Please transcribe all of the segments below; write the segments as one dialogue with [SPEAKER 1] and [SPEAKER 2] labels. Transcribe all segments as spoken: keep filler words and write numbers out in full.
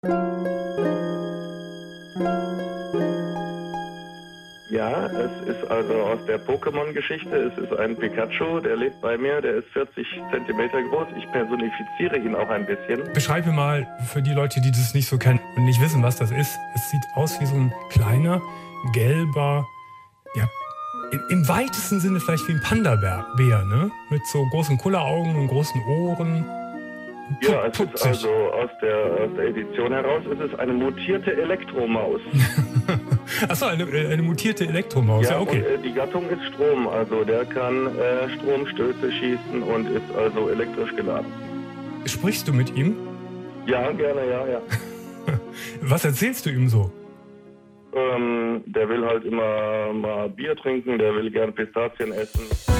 [SPEAKER 1] Ja, es ist also aus der Pokémon-Geschichte. Es ist ein Pikachu, der lebt bei mir, der ist vierzig Zentimeter groß. Ich personifiziere ihn auch ein bisschen.
[SPEAKER 2] Beschreibe mal für die Leute, die das nicht so kennen und nicht wissen, was das ist. Es sieht aus wie so ein kleiner, gelber, ja, im weitesten Sinne vielleicht wie ein Panda-Bär, ne? Mit so großen Kulleraugen und großen Ohren.
[SPEAKER 1] Pup, ja, es ist also aus der, aus der Edition heraus, es ist eine mutierte Elektromaus.
[SPEAKER 2] Achso, eine, eine mutierte Elektromaus, ja, ja okay.
[SPEAKER 1] Und, äh, die Gattung ist Strom, also der kann äh, Stromstöße schießen und ist also elektrisch geladen.
[SPEAKER 2] Sprichst du mit ihm?
[SPEAKER 1] Ja, gerne, ja, ja.
[SPEAKER 2] Was erzählst du ihm so?
[SPEAKER 1] Ähm, der will halt immer mal Bier trinken, der will gern Pistazien essen.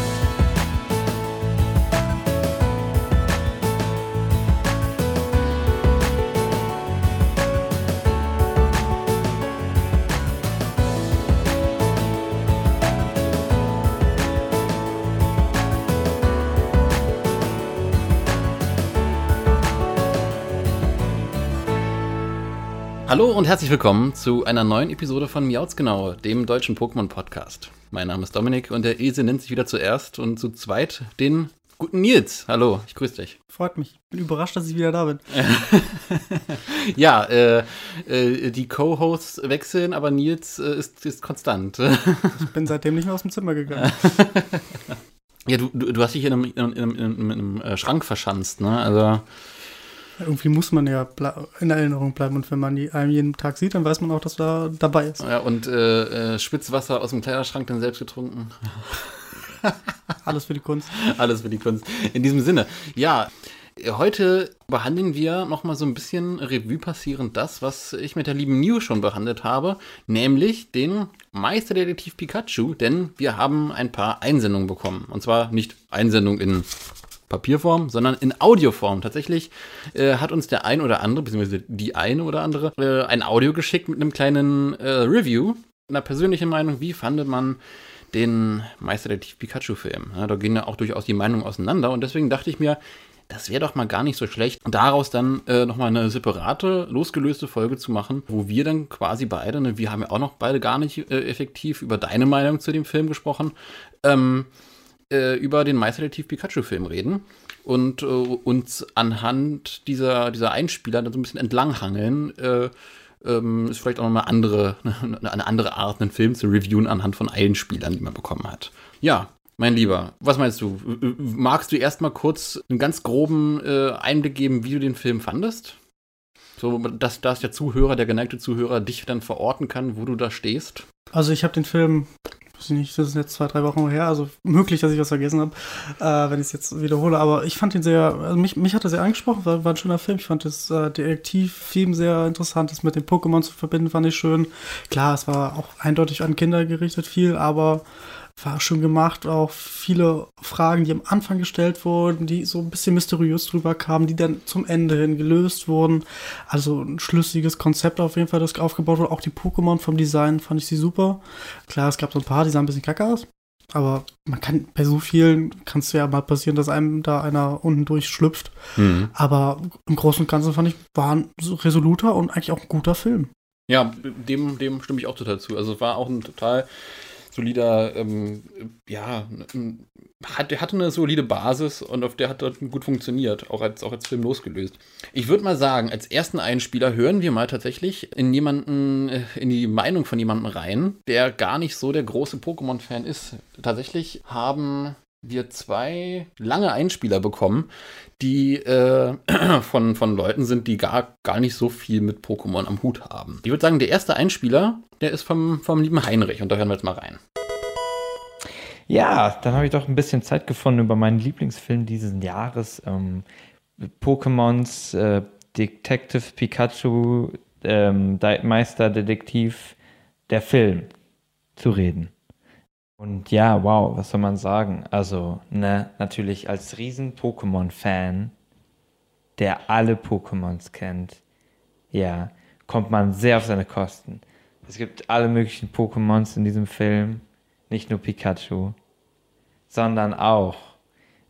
[SPEAKER 3] Hallo und herzlich willkommen zu einer neuen Episode von Miautsgenau, dem deutschen Pokémon-Podcast. Mein Name ist Dominik und der Esel nennt sich wieder zuerst und zu zweit den guten Nils. Hallo, ich grüße dich.
[SPEAKER 4] Freut mich. Bin überrascht, dass ich wieder da bin.
[SPEAKER 3] ja, äh, äh, die Co-Hosts wechseln, aber Nils äh, ist, ist konstant.
[SPEAKER 4] Ich bin seitdem nicht mehr aus dem Zimmer gegangen.
[SPEAKER 3] ja, du, du, du hast dich in einem, in einem, in einem, in einem Schrank verschanzt, ne? Also...
[SPEAKER 4] Irgendwie muss man ja in Erinnerung bleiben und wenn man die einem jeden Tag sieht, dann weiß man auch, dass da dabei ist.
[SPEAKER 3] Ja, und äh, Schwitzwasser aus dem Kleiderschrank dann selbst getrunken.
[SPEAKER 4] Alles für die Kunst.
[SPEAKER 3] Alles für die Kunst. In diesem Sinne, ja, heute behandeln wir nochmal so ein bisschen Revue passierend das, was ich mit der lieben New schon behandelt habe, nämlich den Meisterdetektiv Pikachu, denn wir haben ein paar Einsendungen bekommen. Und zwar nicht Einsendungen in Papierform, sondern in Audioform. Tatsächlich äh, hat uns der ein oder andere, beziehungsweise die eine oder andere, äh, ein Audio geschickt mit einem kleinen äh, Review, einer persönlichen Meinung, wie fand man den Meisterdetektiv Pikachu-Film. Ja, da gehen ja auch durchaus die Meinungen auseinander und deswegen dachte ich mir, das wäre doch mal gar nicht so schlecht, daraus dann äh, nochmal eine separate, losgelöste Folge zu machen, wo wir dann quasi beide, ne, wir haben ja auch noch beide gar nicht äh, effektiv über deine Meinung zu dem Film gesprochen, ähm, über den Meisterdetektiv Pikachu-Film reden und äh, uns anhand dieser, dieser Einspieler dann so ein bisschen entlanghangeln. Äh, ähm, ist vielleicht auch nochmal andere, eine andere Art, einen Film zu reviewen anhand von Einspielern, die man bekommen hat. Ja, mein Lieber, was meinst du? Magst du erstmal kurz einen ganz groben äh, Einblick geben, wie du den Film fandest? So, dass, dass der Zuhörer, der geneigte Zuhörer dich dann verorten kann, wo du da stehst?
[SPEAKER 4] Also ich habe den Film... weiß ich nicht, das ist jetzt zwei, drei Wochen her, also möglich, dass ich was vergessen habe, äh, wenn ich es jetzt wiederhole, aber ich fand ihn sehr, also mich, mich hat er sehr angesprochen, war, war ein schöner Film, ich fand das äh, Detektiv-Theme sehr interessant, das mit den Pokémon zu verbinden, fand ich schön. Klar, es war auch eindeutig an Kinder gerichtet viel, aber war schön gemacht, auch viele Fragen, die am Anfang gestellt wurden, die so ein bisschen mysteriös drüber kamen, die dann zum Ende hin gelöst wurden. Also ein schlüssiges Konzept auf jeden Fall, das aufgebaut wurde. Auch die Pokémon vom Design fand ich sie super. Klar, es gab so ein paar, die sahen ein bisschen kacke aus. Aber man kann, bei so vielen kann es ja mal passieren, dass einem da einer unten durchschlüpft. Mhm. Aber im Großen und Ganzen fand ich, war ein resoluter und eigentlich auch ein guter Film.
[SPEAKER 3] Ja, dem, dem stimme ich auch total zu. Also es war auch ein total solider, ähm, ja, hat, der hatte eine solide Basis und auf der hat das gut funktioniert, auch als, auch als Film losgelöst. Ich würde mal sagen, als ersten Einspieler hören wir mal tatsächlich in jemanden, in die Meinung von jemandem rein, der gar nicht so der große Pokémon-Fan ist. Tatsächlich haben wir zwei lange Einspieler bekommen, die äh, von, von Leuten sind, die gar, gar nicht so viel mit Pokémon am Hut haben. Ich würde sagen, der erste Einspieler, der ist vom, vom lieben Heinrich und da hören wir jetzt mal rein.
[SPEAKER 5] Ja, dann habe ich doch ein bisschen Zeit gefunden über meinen Lieblingsfilm dieses Jahres, ähm, Pokémons äh, Detective Pikachu, ähm, Meisterdetektiv, der Film, zu reden. Und ja, wow, was soll man sagen? Also, ne, natürlich als riesen Pokémon-Fan, der alle Pokémons kennt, ja, kommt man sehr auf seine Kosten. Es gibt alle möglichen Pokémons in diesem Film, nicht nur Pikachu, sondern auch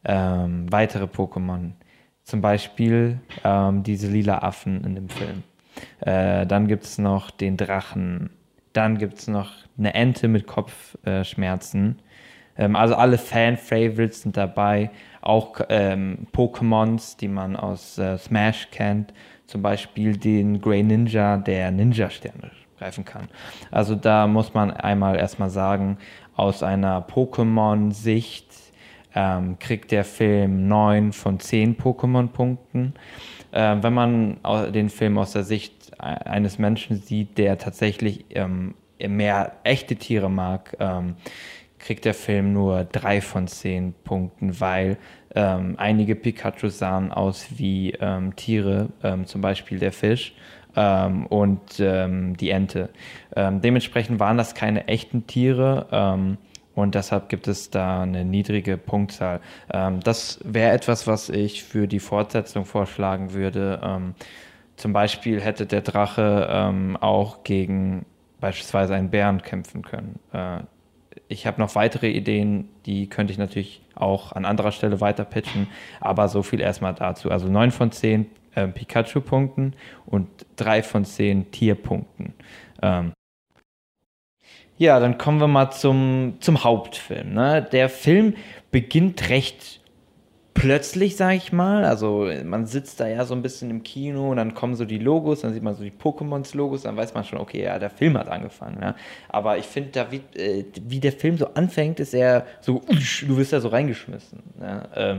[SPEAKER 5] ähm, weitere Pokémon. Zum Beispiel ähm, diese lila Affen in dem Film. Äh, dann gibt es noch den Drachen. Dann gibt es noch eine Ente mit Kopfschmerzen. Äh, ähm, also alle Fan-Favorites sind dabei. Auch ähm, Pokémons, die man aus äh, Smash kennt. Zum Beispiel den Grey Ninja, der Ninja-Sterne greifen kann. Also da muss man einmal erstmal sagen, aus einer Pokémon-Sicht ähm, kriegt der Film neun von zehn Pokémon-Punkten. Ähm, wenn man den Film aus der Sicht eines Menschen sieht, der tatsächlich ähm, mehr echte Tiere mag, ähm, kriegt der Film nur drei von zehn Punkten, weil ähm, einige Pikachu sahen aus wie ähm, Tiere, ähm, zum Beispiel der Fisch ähm, und ähm, die Ente. Ähm, dementsprechend waren das keine echten Tiere, ähm, und deshalb gibt es da eine niedrige Punktzahl. Ähm, das wäre etwas, was ich für die Fortsetzung vorschlagen würde. Ähm, zum Beispiel hätte der Drache ähm, auch gegen beispielsweise einen Bären kämpfen können. Äh, ich habe noch weitere Ideen, die könnte ich natürlich auch an anderer Stelle weiter pitchen, aber so viel erstmal dazu. Also neun von zehn äh, Pikachu-Punkten und drei von zehn Tierpunkten. Ähm, Ja, dann kommen wir mal zum, zum Hauptfilm. Ne? Der Film beginnt recht plötzlich, sag ich mal. Also man sitzt da ja so ein bisschen im Kino und dann kommen so die Logos, dann sieht man so die Pokémons-Logos, dann weiß man schon, okay, ja, der Film hat angefangen. Ne? Aber ich finde, da wie, äh, wie der Film so anfängt, ist er so, du wirst da so reingeschmissen. Ne? Ähm,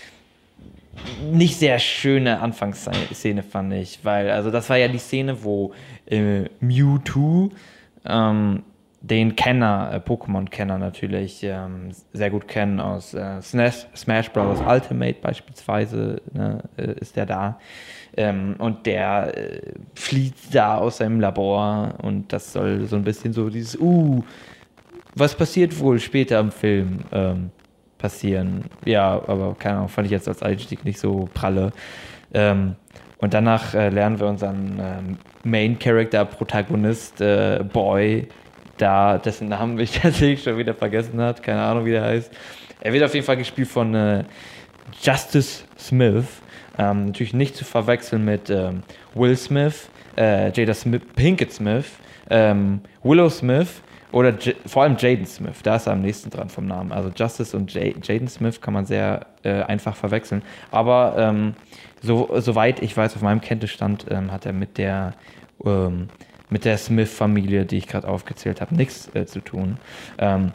[SPEAKER 5] nicht sehr schöne Anfangsszene, fand ich, weil, also das war ja die Szene, wo äh, Mewtwo ähm, den Kenner, äh, Pokémon-Kenner natürlich ähm, sehr gut kennen aus äh, Smash, Smash Bros. Ultimate beispielsweise, ne, äh, ist der da. Ähm, und der äh, flieht da aus seinem Labor und das soll so ein bisschen so dieses, uh, was passiert wohl später im Film ähm, passieren. Ja, aber keine Ahnung, fand ich jetzt als Einstieg nicht so pralle. Ähm, und danach äh, lernen wir unseren ähm, Main-Character, Protagonist, äh, Boy, da dessen Namen ich tatsächlich schon wieder vergessen hat, keine Ahnung, wie der heißt. Er wird auf jeden Fall gespielt von äh, Justice Smith, ähm, natürlich nicht zu verwechseln mit ähm, Will Smith, äh, Jada Smith, Pinkett Smith, ähm, Willow Smith oder J- vor allem Jaden Smith, da ist er am nächsten dran vom Namen. Also Justice und J- Jaden Smith kann man sehr äh, einfach verwechseln, aber ähm, so, soweit ich weiß, auf meinem Kenntnisstand ähm, hat er mit der ähm, mit der Smith-Familie, die ich gerade aufgezählt habe, nichts äh, zu tun. Ähm,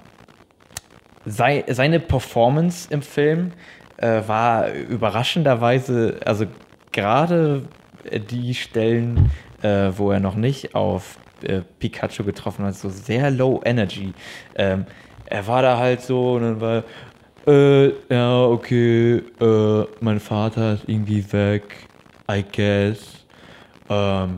[SPEAKER 5] sei, seine Performance im Film äh, war überraschenderweise, also gerade die Stellen, äh, wo er noch nicht auf äh, Pikachu getroffen hat, so sehr low energy. Ähm, er war da halt so und dann war äh, ja, okay, äh, mein Vater ist irgendwie weg, I guess. Ähm,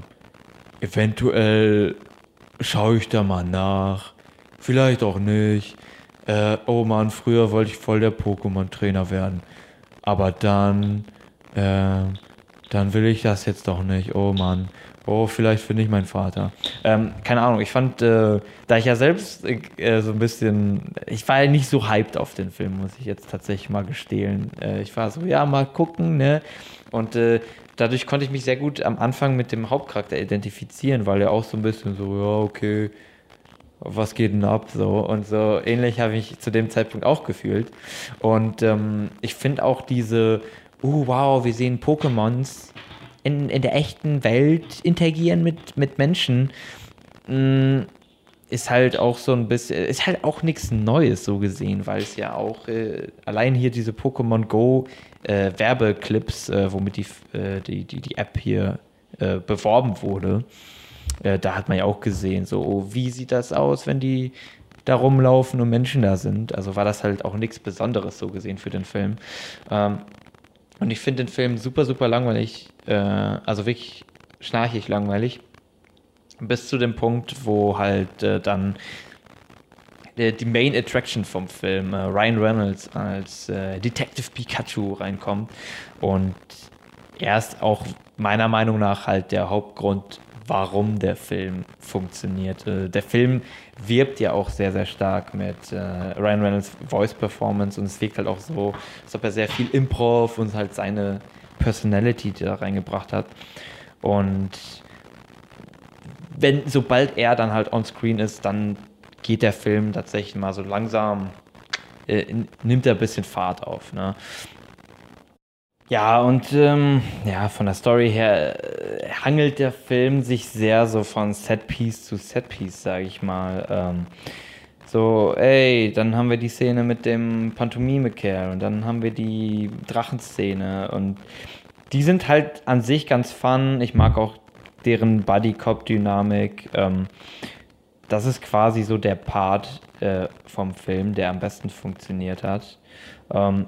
[SPEAKER 5] Eventuell schaue ich da mal nach. Vielleicht auch nicht. Äh, oh Mann, früher wollte ich voll der Pokémon-Trainer werden. Aber dann, äh, dann will ich das jetzt doch nicht. Oh Mann. Oh, vielleicht finde ich meinen Vater. Ähm, keine Ahnung, ich fand, äh, da ich ja selbst äh, so ein bisschen, ich war ja nicht so hyped auf den Film, muss ich jetzt tatsächlich mal gestehen. Äh, ich war so, ja, mal gucken, ne? Und äh, dadurch konnte ich mich sehr gut am Anfang mit dem Hauptcharakter identifizieren, weil er auch so ein bisschen so, ja, okay, was geht denn ab? So und so ähnlich habe ich zu dem Zeitpunkt auch gefühlt. Und ähm, ich finde auch diese, oh wow, wir sehen Pokémons in, in der echten Welt interagieren mit, mit Menschen, mh, ist halt auch so ein bisschen, ist halt auch nichts Neues so gesehen, weil es ja auch äh, allein hier diese Pokémon Go äh, Werbeclips, äh, womit die, äh, die, die, die App hier äh, beworben wurde, äh, da hat man ja auch gesehen, so, oh, wie sieht das aus, wenn die da rumlaufen und Menschen da sind. Also war das halt auch nichts Besonderes so gesehen für den Film. Ähm, und ich finde den Film super, super langweilig, äh, also wirklich schnarchig langweilig. Bis zu dem Punkt, wo halt äh, dann äh, die Main Attraction vom Film, äh, Ryan Reynolds als äh, Detective Pikachu reinkommt. Und er ist auch meiner Meinung nach halt der Hauptgrund, warum der Film funktioniert. Äh, der Film wirbt ja auch sehr, sehr stark mit äh, Ryan Reynolds Voice Performance und es wirkt halt auch so, als ob er sehr viel Improv und halt seine Personality da reingebracht hat. Und wenn, sobald er dann halt on-screen ist, dann geht der Film tatsächlich mal so langsam, äh, nimmt er ein bisschen Fahrt auf, ne? Ja, und ähm, ja, von der Story her äh, hangelt der Film sich sehr so von Setpiece zu Setpiece, sage ich mal. Ähm, so, ey, dann haben wir die Szene mit dem Pantomime-Kerl und dann haben wir die Drachenszene und die sind halt an sich ganz fun. Ich mag auch deren Buddy-Cop-Dynamik. Ähm, das ist quasi so der Part äh, vom Film, der am besten funktioniert hat. Ähm,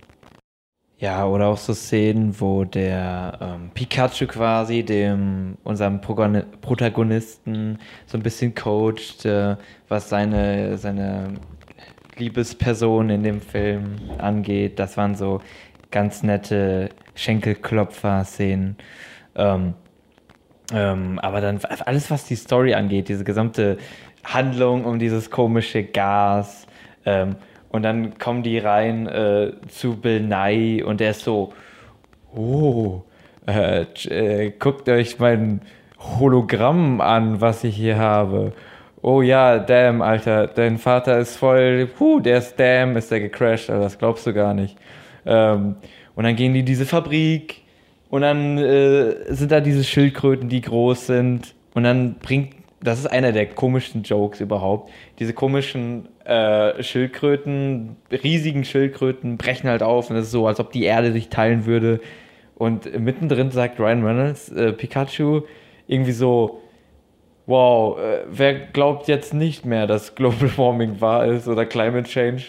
[SPEAKER 5] Ja, oder auch so Szenen, wo der ähm, Pikachu quasi dem unserem Progoni- Protagonisten so ein bisschen coacht, äh, was seine, seine Liebesperson in dem Film angeht. Das waren so ganz nette Schenkelklopfer-Szenen. Ähm, ähm, aber dann alles, was die Story angeht, diese gesamte Handlung um dieses komische Gas, ähm, und dann kommen die rein äh, zu Bill Nye und der ist so, oh, äh, äh, guckt euch mein Hologramm an, was ich hier habe. Oh ja, damn, Alter, dein Vater ist voll, puh, der ist damn, ist der gecrashed, Alter, das glaubst du gar nicht. Ähm, und dann gehen die in diese Fabrik und dann äh, sind da diese Schildkröten, die groß sind und dann bringt, das ist einer der komischsten Jokes überhaupt, diese komischen äh, Schildkröten, riesigen Schildkröten brechen halt auf und es ist so, als ob die Erde sich teilen würde und mittendrin sagt Ryan Reynolds, äh, Pikachu, irgendwie so, wow, äh, wer glaubt jetzt nicht mehr, dass Global Warming wahr ist oder Climate Change?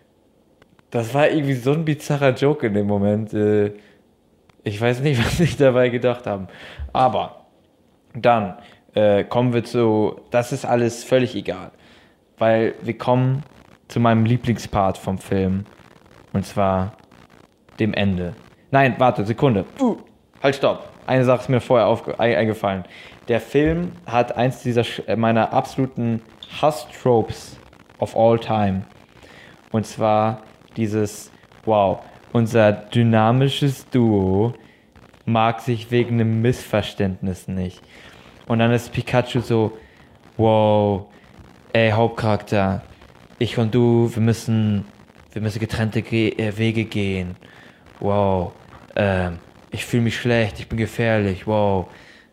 [SPEAKER 5] Das war irgendwie so ein bizarrer Joke in dem Moment. Äh, ich weiß nicht, was ich dabei gedacht habe. Aber dann äh, kommen wir zu, das ist alles völlig egal. Weil wir kommen zu meinem Lieblingspart vom Film. Und zwar dem Ende. Nein, warte, Sekunde. Uh, halt, stopp. Eine Sache ist mir vorher aufge- eingefallen. Der Film hat eins dieser Sch- meiner absoluten Hass-Tropes of all time. Und zwar dieses, wow, unser dynamisches Duo mag sich wegen einem Missverständnis nicht. Und dann ist Pikachu so, wow, ey, Hauptcharakter, ich und du, wir müssen, wir müssen getrennte Ge- äh, Wege gehen. Wow, ähm, ich fühle mich schlecht, ich bin gefährlich, wow.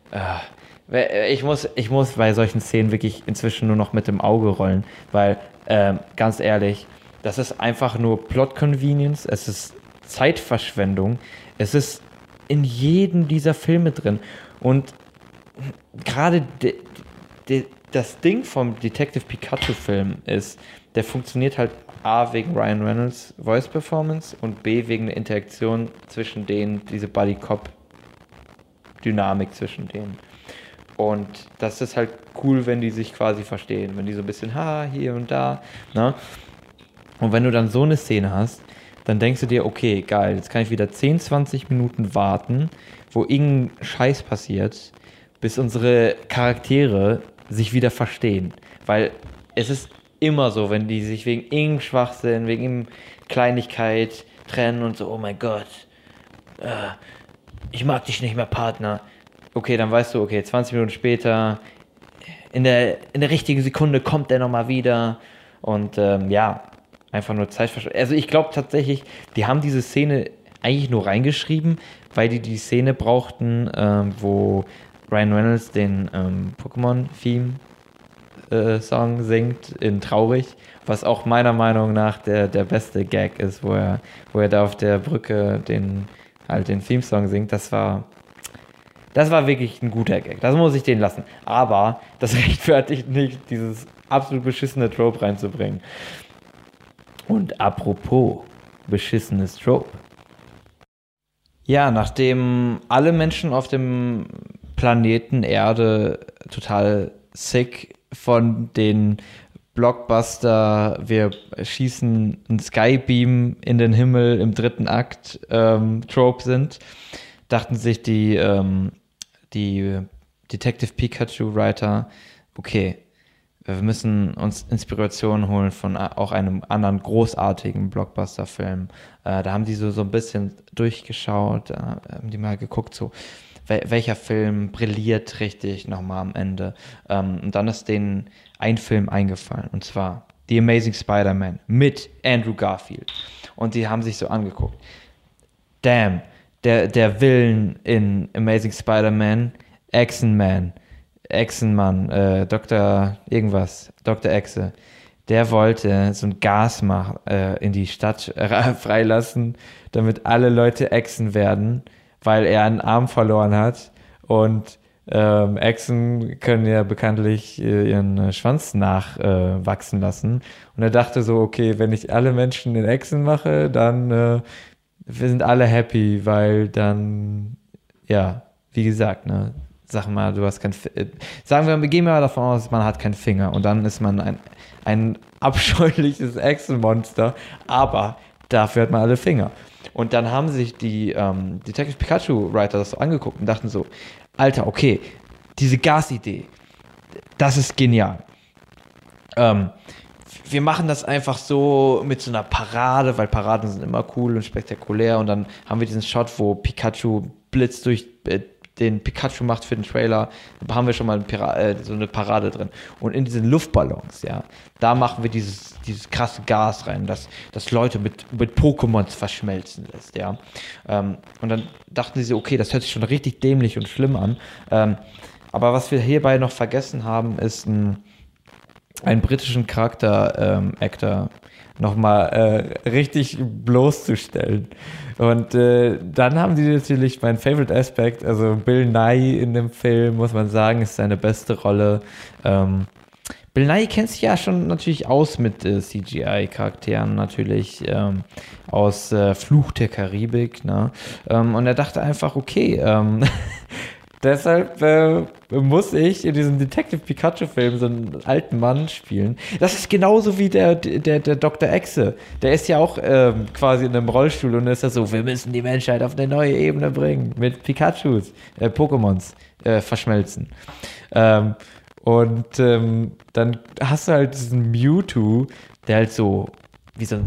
[SPEAKER 5] Äh, ich muss, ich muss bei solchen Szenen wirklich inzwischen nur noch mit dem Auge rollen, weil, ähm, ganz ehrlich, das ist einfach nur Plot-Convenience, es ist Zeitverschwendung, es ist in jedem dieser Filme drin. Und gerade de, de, das Ding vom Detective Pikachu-Film ist, der funktioniert halt A, wegen Ryan Reynolds Voice Performance und B, wegen der Interaktion zwischen denen, diese Buddy-Cop-Dynamik zwischen denen. Und das ist halt cool, wenn die sich quasi verstehen, wenn die so ein bisschen, ha, hier und da, ne? Und wenn du dann so eine Szene hast, dann denkst du dir, okay, geil, jetzt kann ich wieder zehn, zwanzig Minuten warten, wo irgendein Scheiß passiert, bis unsere Charaktere sich wieder verstehen. Weil es ist immer so, wenn die sich wegen irgendeinem Schwachsinn, wegen irgendeiner Kleinigkeit trennen und so, oh mein Gott, äh, ich mag dich nicht mehr, Partner. Okay, dann weißt du, okay, zwanzig Minuten später, in der, in der richtigen Sekunde kommt der nochmal wieder und ähm, ja, einfach nur Zeitverschwendung. Also ich glaube tatsächlich, die haben diese Szene eigentlich nur reingeschrieben, weil die die Szene brauchten, ähm, wo Ryan Reynolds den ähm, Pokémon-Theme-Song äh, singt in Traurig, was auch meiner Meinung nach der, der beste Gag ist, wo er, wo er da auf der Brücke den, halt den Theme-Song singt. Das war, das war wirklich ein guter Gag. Das muss ich den lassen. Aber das rechtfertigt nicht, dieses absolut beschissene Trope reinzubringen. Und apropos beschissenes Trope. Ja, nachdem alle Menschen auf dem Planeten Erde total sick von den Blockbuster, wir schießen einen Skybeam in den Himmel im dritten Akt ähm, Trope sind, dachten sich die, ähm, die Detective Pikachu Writer, okay, wir müssen uns Inspiration holen von auch einem anderen großartigen Blockbuster-Film. Äh, da haben die so, so ein bisschen durchgeschaut, äh, haben die mal geguckt, so, wel- welcher Film brilliert richtig nochmal am Ende. Ähm, und dann ist denen ein Film eingefallen, und zwar The Amazing Spider-Man mit Andrew Garfield. Und die haben sich so angeguckt. Damn, der, der Villain in Amazing Spider-Man, Echsen-Man, Echsenmann, äh, Doktor irgendwas, Doktor Exe, der wollte so ein Gas machen, äh, in die Stadt äh, freilassen, damit alle Leute Echsen werden, weil er einen Arm verloren hat. Und ähm, Echsen können ja bekanntlich äh, ihren äh, Schwanz nachwachsen äh, wachsen lassen. Und er dachte so, okay, wenn ich alle Menschen in Echsen mache, dann äh, wir sind alle happy, weil dann, ja, wie gesagt, ne, sag mal, du hast kein, äh, sagen wir, wir gehen mal davon aus, man hat keinen Finger und dann ist man ein, ein abscheuliches Echsenmonster, aber dafür hat man alle Finger. Und dann haben sich die ähm, Detective Pikachu-Writer das so angeguckt und dachten so, Alter, okay, diese Gasidee, das ist genial. Ähm, wir machen das einfach so mit so einer Parade, weil Paraden sind immer cool und spektakulär, und dann haben wir diesen Shot, wo Pikachu blitzt durch äh, den Pikachu macht für den Trailer, da haben wir schon mal eine Pira- äh, so eine Parade drin. Und in diesen Luftballons, ja, da machen wir dieses, dieses krasse Gas rein, das, das Leute mit, mit Pokémons verschmelzen lässt, ja. Ähm, und dann dachten sie so, okay, das hört sich schon richtig dämlich und schlimm an. Ähm, aber was wir hierbei noch vergessen haben, ist ein, einen britischen Charakter-Actor ähm, nochmal äh, richtig bloßzustellen. Und äh, dann haben die natürlich meinen Favorite Aspect, also Bill Nighy in dem Film, muss man sagen, ist seine beste Rolle. Ähm, Bill Nighy kennt sich ja schon natürlich aus mit äh, C G I-Charakteren, natürlich ähm, aus äh, Fluch der Karibik, ne? Ähm, und er dachte einfach, okay, ähm, deshalb äh, muss ich in diesem Detective Pikachu-Film so einen alten Mann spielen. Das ist genauso wie der, der, der Doktor Exe. Der ist ja auch ähm, quasi in einem Rollstuhl und ist ja so, wir müssen die Menschheit auf eine neue Ebene bringen. Mit Pikachus, äh, Pokémons äh, verschmelzen. Ähm, und ähm, dann hast du halt diesen Mewtwo, der halt so wie so ein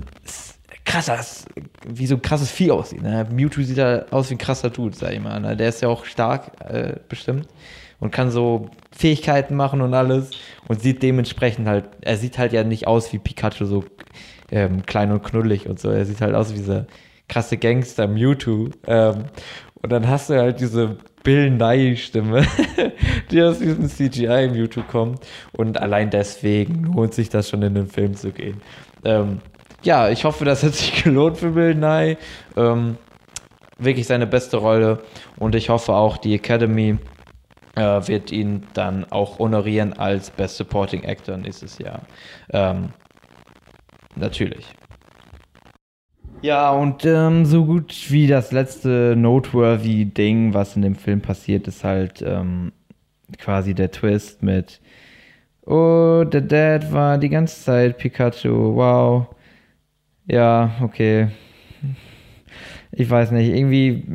[SPEAKER 5] krasses, wie so ein krasses Vieh aussieht. Ne? Mewtwo sieht ja aus wie ein krasser Dude, sag ich mal. Ne? Der ist ja auch stark, äh, bestimmt. Und kann so Fähigkeiten machen und alles. Und sieht dementsprechend halt, er sieht halt ja nicht aus wie Pikachu, so ähm, klein und knuddelig und so. Er sieht halt aus wie dieser krasse Gangster Mewtwo. Ähm, und dann hast du halt diese Bill Nighy-Stimme, die aus diesem C G I-Mewtwo kommt. Und allein deswegen lohnt sich das schon in den Film zu gehen. Ähm, Ja, ich hoffe, das hat sich gelohnt für Bill Nighy. Ähm, wirklich seine beste Rolle. Und ich hoffe auch, die Academy äh, wird ihn dann auch honorieren als Best Supporting Actor nächstes Jahr. Ähm, natürlich. Ja, und ähm, so gut wie das letzte noteworthy Ding, was in dem Film passiert, ist halt ähm, quasi der Twist mit oh, der Dad war die ganze Zeit Pikachu, wow. Ja, okay. Ich weiß nicht, irgendwie,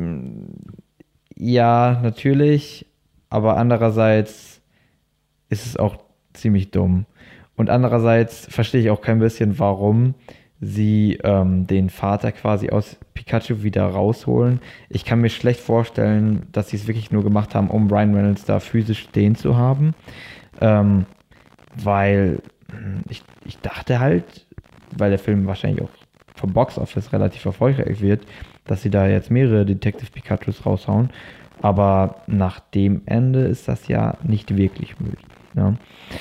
[SPEAKER 5] ja, natürlich, aber andererseits ist es auch ziemlich dumm. Und andererseits verstehe ich auch kein bisschen, warum sie ähm, den Vater quasi aus Pikachu wieder rausholen. Ich kann mir schlecht vorstellen, dass sie es wirklich nur gemacht haben, um Ryan Reynolds da physisch stehen zu haben. Ähm, weil ich, ich dachte halt, weil der Film wahrscheinlich auch vom Boxoffice relativ erfolgreich wird, dass sie da jetzt mehrere Detective Pikachus raushauen. Aber nach dem Ende ist das ja nicht wirklich möglich. Ne?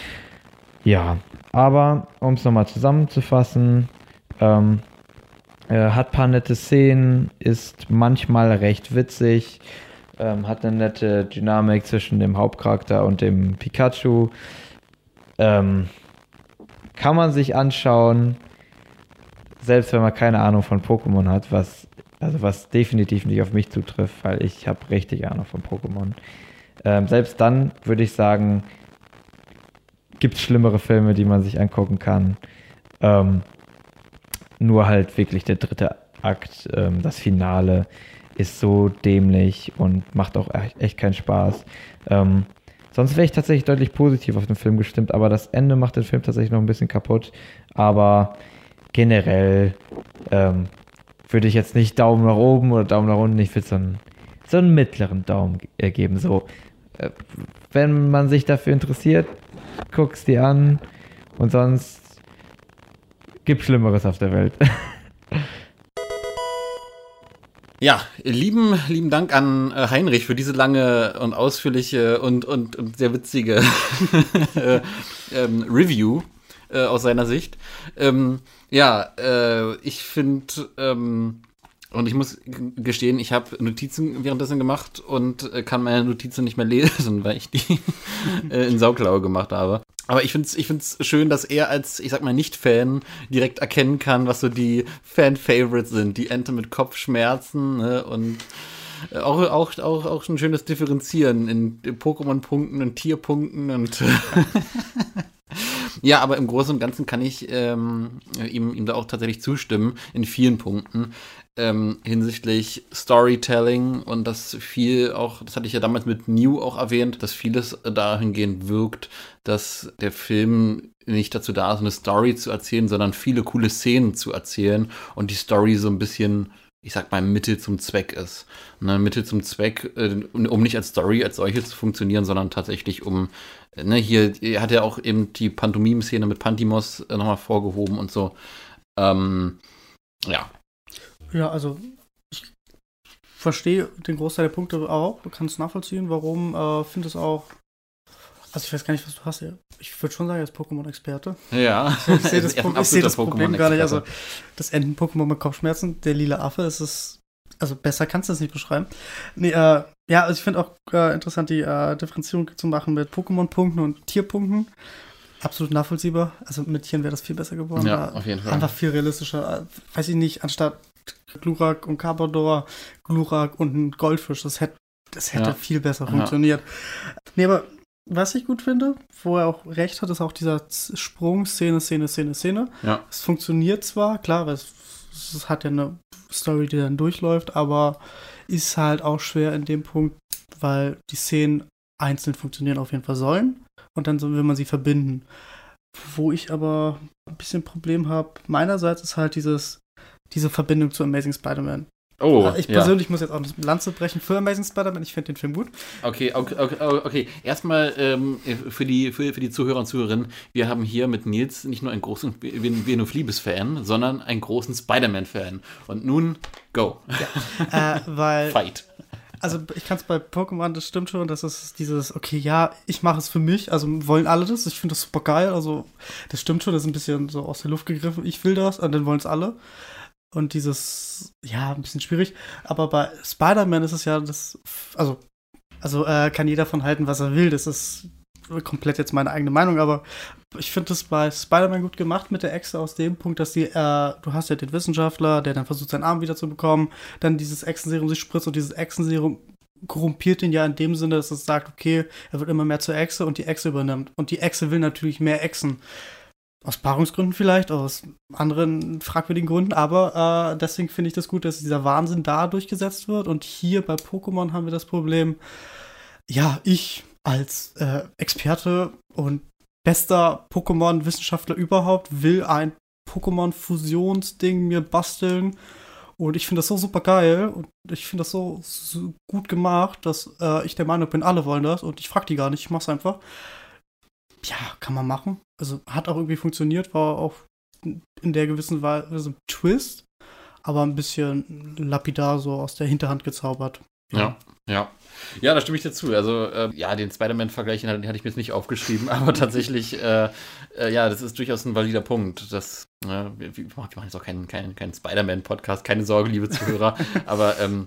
[SPEAKER 5] Ja, aber um es nochmal zusammenzufassen, ähm, äh, hat ein paar nette Szenen, ist manchmal recht witzig, ähm, hat eine nette Dynamik zwischen dem Hauptcharakter und dem Pikachu. Ähm, kann man sich anschauen, selbst wenn man keine Ahnung von Pokémon hat, was also was definitiv nicht auf mich zutrifft, weil ich habe richtig Ahnung von Pokémon. Ähm, selbst dann würde ich sagen, gibt es schlimmere Filme, die man sich angucken kann. Ähm, nur halt wirklich der dritte Akt, ähm, das Finale, ist so dämlich und macht auch echt keinen Spaß. Ähm, sonst wäre ich tatsächlich deutlich positiv auf den Film gestimmt, aber das Ende macht den Film tatsächlich noch ein bisschen kaputt. Aber generell ähm, würde ich jetzt nicht Daumen nach oben oder Daumen nach unten, ich würde so ein so einen mittleren Daumen äh, geben. So, äh, wenn man sich dafür interessiert, guck's dir an und sonst gibt Schlimmeres auf der Welt.
[SPEAKER 3] Ja, lieben, lieben Dank an äh, Heinrich für diese lange und ausführliche und, und, und sehr witzige äh, ähm, Review äh, aus seiner Sicht. Ähm, ja, äh, ich finde, ähm, und ich muss g- gestehen, ich habe Notizen währenddessen gemacht und äh, kann meine Notizen nicht mehr lesen, weil ich die äh, in Sauklaue gemacht habe. Aber ich finde es ich find's schön, dass er als, ich sag mal, Nicht-Fan direkt erkennen kann, was so die Fan-Favorites sind. Die Ente mit Kopfschmerzen, ne? Und auch, auch, auch, auch ein schönes Differenzieren in Pokémon-Punkten und Tierpunkten und ja, aber im Großen und Ganzen kann ich ähm, ihm, ihm da auch tatsächlich zustimmen in vielen Punkten ähm, hinsichtlich Storytelling und dass viel auch, das hatte ich ja damals mit New auch erwähnt, dass vieles dahingehend wirkt, dass der Film nicht dazu da ist, eine Story zu erzählen, sondern viele coole Szenen zu erzählen und die Story so ein bisschen, ich sag mal, Mittel zum Zweck ist. Ne, Mittel zum Zweck, äh, um nicht als Story als solche zu funktionieren, sondern tatsächlich um, ne, hier er hat ja auch eben die Pantomim-Szene mit Pantimos äh, nochmal vorgehoben und so. Ähm, ja.
[SPEAKER 4] Ja, also ich verstehe den Großteil der Punkte auch. Du kannst nachvollziehen, warum. Äh, finde es auch. Also ich weiß gar nicht, was du hast hier. Ich würde schon sagen, als Pokémon-Experte.
[SPEAKER 3] Ja.
[SPEAKER 4] Ich sehe das,
[SPEAKER 3] Er ist ein
[SPEAKER 4] Pro- ich seh das
[SPEAKER 3] absoluter
[SPEAKER 4] Problem gar nicht. Also
[SPEAKER 3] Pokémon-Experte.
[SPEAKER 4] das Enten-Pokémon mit Kopfschmerzen, der lila Affe, ist es. Also besser kannst du es nicht beschreiben. Nee, äh, ja, also ich finde auch äh, interessant, die äh, Differenzierung zu machen mit Pokémon-Punkten und Tierpunkten. Absolut nachvollziehbar. Also mit Tieren wäre das viel besser geworden.
[SPEAKER 3] Ja,
[SPEAKER 4] Äh,
[SPEAKER 3] auf jeden Fall.
[SPEAKER 4] Einfach viel realistischer. Äh, weiß ich nicht, anstatt Glurak und Carpador, Glurak und ein Goldfisch. Das hätte das hätte
[SPEAKER 3] Ja.
[SPEAKER 4] viel besser
[SPEAKER 3] Ja.
[SPEAKER 4] funktioniert. Nee, aber was ich gut finde, wo er auch recht hat, ist auch dieser Z- Sprung, Szene, Szene, Szene, Szene.
[SPEAKER 3] Ja.
[SPEAKER 4] Es funktioniert zwar, klar, weil es, es hat ja eine Story, die dann durchläuft, aber ist halt auch schwer in dem Punkt, weil die Szenen einzeln funktionieren auf jeden Fall sollen und dann so will man sie verbinden. Wo ich aber ein bisschen Problem habe, meinerseits ist halt dieses, diese Verbindung zu Amazing Spider-Man.
[SPEAKER 3] Oh,
[SPEAKER 4] ich
[SPEAKER 3] ja.
[SPEAKER 4] persönlich muss jetzt auch eine Lanze brechen für Amazing Spider-Man, ich finde den Film gut.
[SPEAKER 3] Okay, okay, okay, okay. Erstmal ähm, für, die, für, für die Zuhörer und Zuhörerinnen, wir haben hier mit Nils nicht nur einen großen Venus-Liebes-Fan, sondern einen großen Spider-Man-Fan. Und nun, go.
[SPEAKER 4] Äh, weil
[SPEAKER 3] Fight.
[SPEAKER 4] Also ich kann es bei Pokémon, das stimmt schon, das ist dieses, okay, ja, ich mache es für mich, also wollen alle das, ich finde das super geil, also das stimmt schon, das ist ein bisschen so aus der Luft gegriffen, ich will das, und dann wollen es alle. Und dieses, ja, ein bisschen schwierig, aber bei Spider-Man ist es ja das, also, also äh, kann jeder von halten, was er will, das ist komplett jetzt meine eigene Meinung, aber ich finde das bei Spider-Man gut gemacht mit der Echse aus dem Punkt, dass die, äh, du hast ja den Wissenschaftler, der dann versucht, seinen Arm wiederzubekommen, dann dieses Echsenserum sich spritzt und dieses Echsenserum korrumpiert ihn ja in dem Sinne, dass es sagt, okay, er wird immer mehr zur Echse und die Echse übernimmt. Und die Echse will natürlich mehr Echsen. Aus Paarungsgründen vielleicht, aus anderen fragwürdigen Gründen, aber äh, deswegen finde ich das gut, dass dieser Wahnsinn da durchgesetzt wird. Und hier bei Pokémon haben wir das Problem, ja, ich als äh, Experte und bester Pokémon-Wissenschaftler überhaupt will ein Pokémon-Fusionsding mir basteln. Und ich finde das so super geil und ich finde das so, so gut gemacht, dass äh, ich der Meinung bin, alle wollen das und ich frage die gar nicht, ich mach's einfach. Ja, kann man machen. Also hat auch irgendwie funktioniert, war auch in der gewissen Weise ein Twist, aber ein bisschen lapidar so aus der Hinterhand gezaubert.
[SPEAKER 3] Ja, ja. Ja, da stimme ich dir zu. Also, äh, ja, den Spider-Man-Vergleich, den hatte ich mir jetzt nicht aufgeschrieben, aber tatsächlich, äh, äh, ja, das ist durchaus ein valider Punkt. Das, äh, wir, wir machen jetzt auch keinen kein, kein Spider-Man-Podcast, keine Sorge, liebe Zuhörer, aber ähm,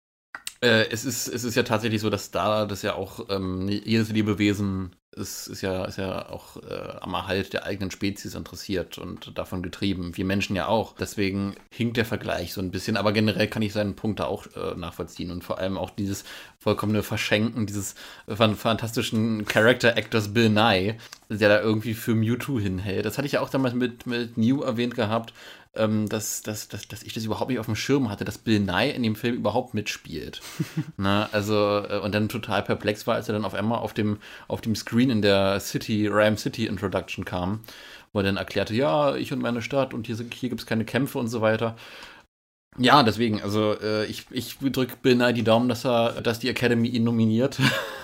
[SPEAKER 3] äh, es, ist, es ist ja tatsächlich so, dass da das ja auch ähm, jedes Lebewesen ist, ist, ja, ist ja auch äh, am Erhalt der eigenen Spezies interessiert und davon getrieben. Wir Menschen ja auch. Deswegen hinkt der Vergleich so ein bisschen. Aber generell kann ich seinen Punkt da auch äh, nachvollziehen. Und vor allem auch dieses vollkommene Verschenken dieses äh, fantastischen Character-Actors Bill Nye, der da irgendwie für Mewtwo hinhält. Das hatte ich ja auch damals mit, mit New erwähnt gehabt, ähm, dass, dass, dass, dass ich das überhaupt nicht auf dem Schirm hatte, dass Bill Nye in dem Film überhaupt mitspielt. Na, also, äh, und dann total perplex war, als er dann auf einmal auf dem, auf dem Screen in der City, Ram City Introduction kam, wo er dann erklärte, ja, ich und meine Stadt und hier, hier gibt es keine Kämpfe und so weiter. Ja, deswegen, also äh, ich, ich drücke Bill Nye die Daumen, dass er, dass die Academy ihn nominiert.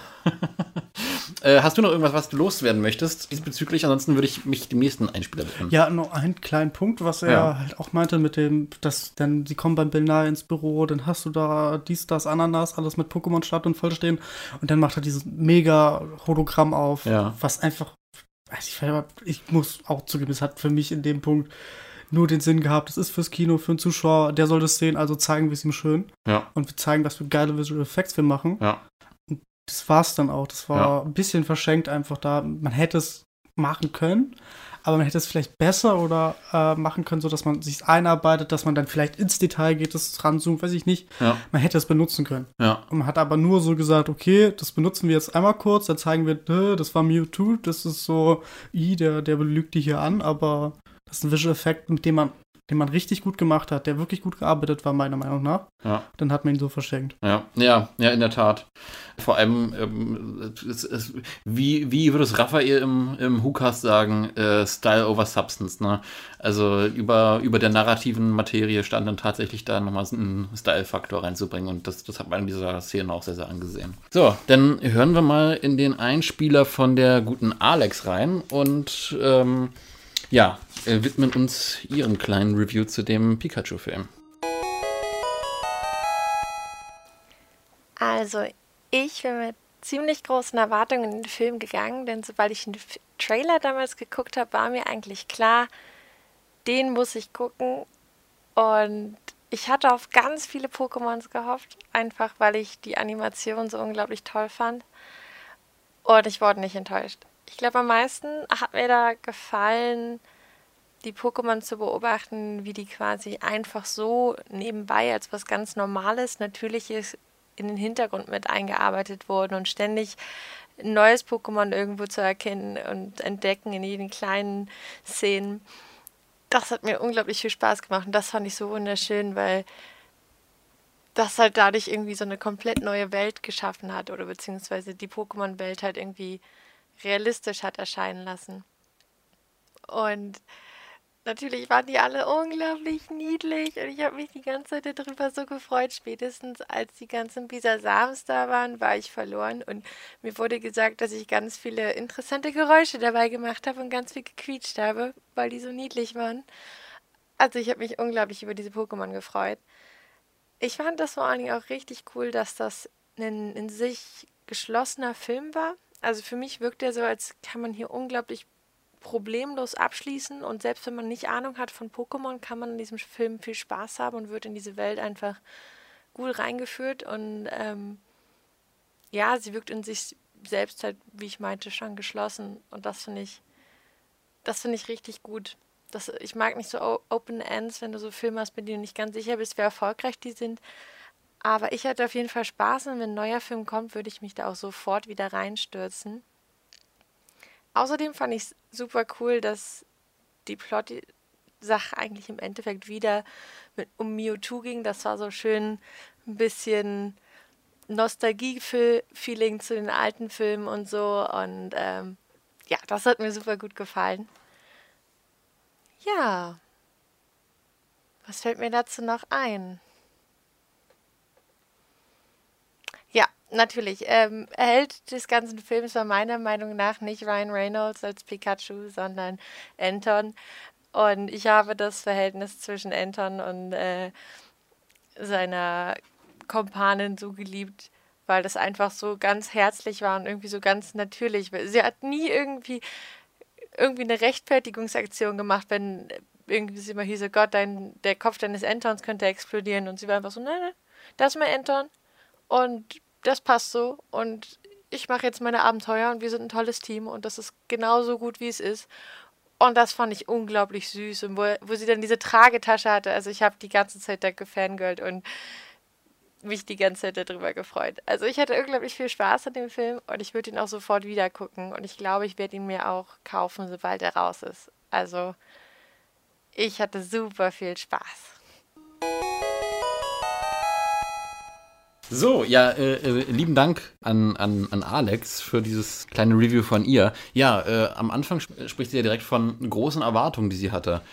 [SPEAKER 3] äh, hast du noch irgendwas, was du loswerden möchtest diesbezüglich? Ansonsten würde ich mich dem nächsten Einspieler widmen.
[SPEAKER 4] Ja, noch einen kleinen Punkt, was er
[SPEAKER 3] Ja.
[SPEAKER 4] halt auch meinte mit dem, dass dann, sie kommen beim Bill Nye ins Büro, dann hast du da dies, das, Ananas, alles mit Pokémon Start und vollstehen und dann macht er dieses mega Hologramm auf,
[SPEAKER 3] Ja.
[SPEAKER 4] was einfach, weiß ich, ich muss auch zugeben, es hat für mich in dem Punkt nur den Sinn gehabt, das ist fürs Kino, für einen Zuschauer, der soll das sehen, also zeigen wir es ihm schön
[SPEAKER 3] Ja,
[SPEAKER 4] und wir zeigen, was für geile Visual Effects wir machen.
[SPEAKER 3] ja,
[SPEAKER 4] Das war's dann auch. Das war
[SPEAKER 3] Ja.
[SPEAKER 4] ein bisschen verschenkt einfach da. Man hätte es machen können, aber man hätte es vielleicht besser oder äh, machen können, sodass man sich einarbeitet, dass man dann vielleicht ins Detail geht, das ranzoomt, weiß ich nicht.
[SPEAKER 3] ja,
[SPEAKER 4] Man hätte es benutzen können.
[SPEAKER 3] ja,
[SPEAKER 4] Und man hat aber nur so gesagt, okay, das benutzen wir jetzt einmal kurz, dann zeigen wir, äh, das war Mewtwo, das ist so, i, der, der belügt die hier an, aber das ist ein Visual Effekt, mit dem man, den man richtig gut gemacht hat, der wirklich gut gearbeitet war, meiner Meinung nach.
[SPEAKER 3] ja.
[SPEAKER 4] Dann hat man ihn so verschenkt.
[SPEAKER 3] Ja, ja, ja, in der Tat. Vor allem, ähm, es, es, wie, wie würde es Raphael im, im WhoCast sagen, äh, Style over Substance, ne? Also über, über der narrativen Materie stand dann tatsächlich da nochmal einen Style-Faktor reinzubringen und das, das hat man in dieser Szene auch sehr, sehr angesehen. So, dann hören wir mal in den Einspieler von der guten Alex rein und ähm, ja, äh, widmen uns ihrem kleinen Review zu dem Pikachu-Film.
[SPEAKER 6] Also, ich bin mit ziemlich großen Erwartungen in den Film gegangen, denn sobald ich den F- Trailer damals geguckt habe, war mir eigentlich klar, den muss ich gucken. Und ich hatte auf ganz viele Pokémons gehofft, einfach weil ich die Animation so unglaublich toll fand. Und ich wurde nicht enttäuscht. Ich glaube, am meisten hat mir da gefallen, die Pokémon zu beobachten, wie die quasi einfach so nebenbei als was ganz Normales, Natürliches in den Hintergrund mit eingearbeitet wurden und ständig ein neues Pokémon irgendwo zu erkennen und entdecken in jeden kleinen Szenen. Das hat mir unglaublich viel Spaß gemacht und das fand ich so wunderschön, weil das halt dadurch irgendwie so eine komplett neue Welt geschaffen hat oder beziehungsweise die Pokémon-Welt halt irgendwie realistisch hat erscheinen lassen. Und natürlich waren die alle unglaublich niedlich und ich habe mich die ganze Zeit darüber so gefreut. Spätestens als die ganzen Bisasams da waren, war ich verloren und mir wurde gesagt, dass ich ganz viele interessante Geräusche dabei gemacht habe und ganz viel gequietscht habe, weil die so niedlich waren. Also ich habe mich unglaublich über diese Pokémon gefreut. Ich fand das vor allen Dingen auch richtig cool, dass das ein in sich geschlossener Film war. Also für mich wirkt er so, als kann man hier unglaublich problemlos abschließen und selbst wenn man nicht Ahnung hat von Pokémon, kann man in diesem Film viel Spaß haben und wird in diese Welt einfach gut reingeführt und ähm, ja, sie wirkt in sich selbst halt, wie ich meinte, schon geschlossen und das finde ich, das finde ich richtig gut. Das, ich mag nicht so O- Open Ends, wenn du so Filme hast, mit denen du nicht ganz sicher bist, wie erfolgreich die sind, aber ich hatte auf jeden Fall Spaß und wenn ein neuer Film kommt, würde ich mich da auch sofort wieder reinstürzen. Außerdem fand ich es super cool, dass die Plot-Sache eigentlich im Endeffekt wieder mit, um Mewtwo ging. Das war so schön ein bisschen Nostalgie-Feeling zu den alten Filmen und so. Und ähm, ja, das hat mir super gut gefallen. Ja, was fällt mir dazu noch ein? Ja, natürlich. Ähm, Held des ganzen Films war meiner Meinung nach nicht Ryan Reynolds als Pikachu, sondern Anton. Und ich habe das Verhältnis zwischen Anton und äh, seiner Kompanin so geliebt, weil das einfach so ganz herzlich war und irgendwie so ganz natürlich. Sie hat nie irgendwie, irgendwie eine Rechtfertigungsaktion gemacht, wenn irgendwie sie immer hieß, oh Gott, dein, der Kopf deines Antons könnte explodieren. Und sie war einfach so, nein, nein, das ist mein Anton. Und das passt so und ich mache jetzt meine Abenteuer und wir sind ein tolles Team und das ist genauso gut, wie es ist. Und das fand ich unglaublich süß. Und wo, wo sie dann diese Tragetasche hatte, also ich habe die ganze Zeit da gefangirlt und mich die ganze Zeit darüber gefreut. Also ich hatte unglaublich viel Spaß an dem Film und ich würde ihn auch sofort wieder gucken. Und ich glaube, ich werde ihn mir auch kaufen, sobald er raus ist. Also ich hatte super viel Spaß.
[SPEAKER 3] So, ja, äh, äh, lieben Dank an, an, an Alex für dieses kleine Review von ihr. Ja, äh, am Anfang sp- spricht sie ja direkt von großen Erwartungen, die sie hatte.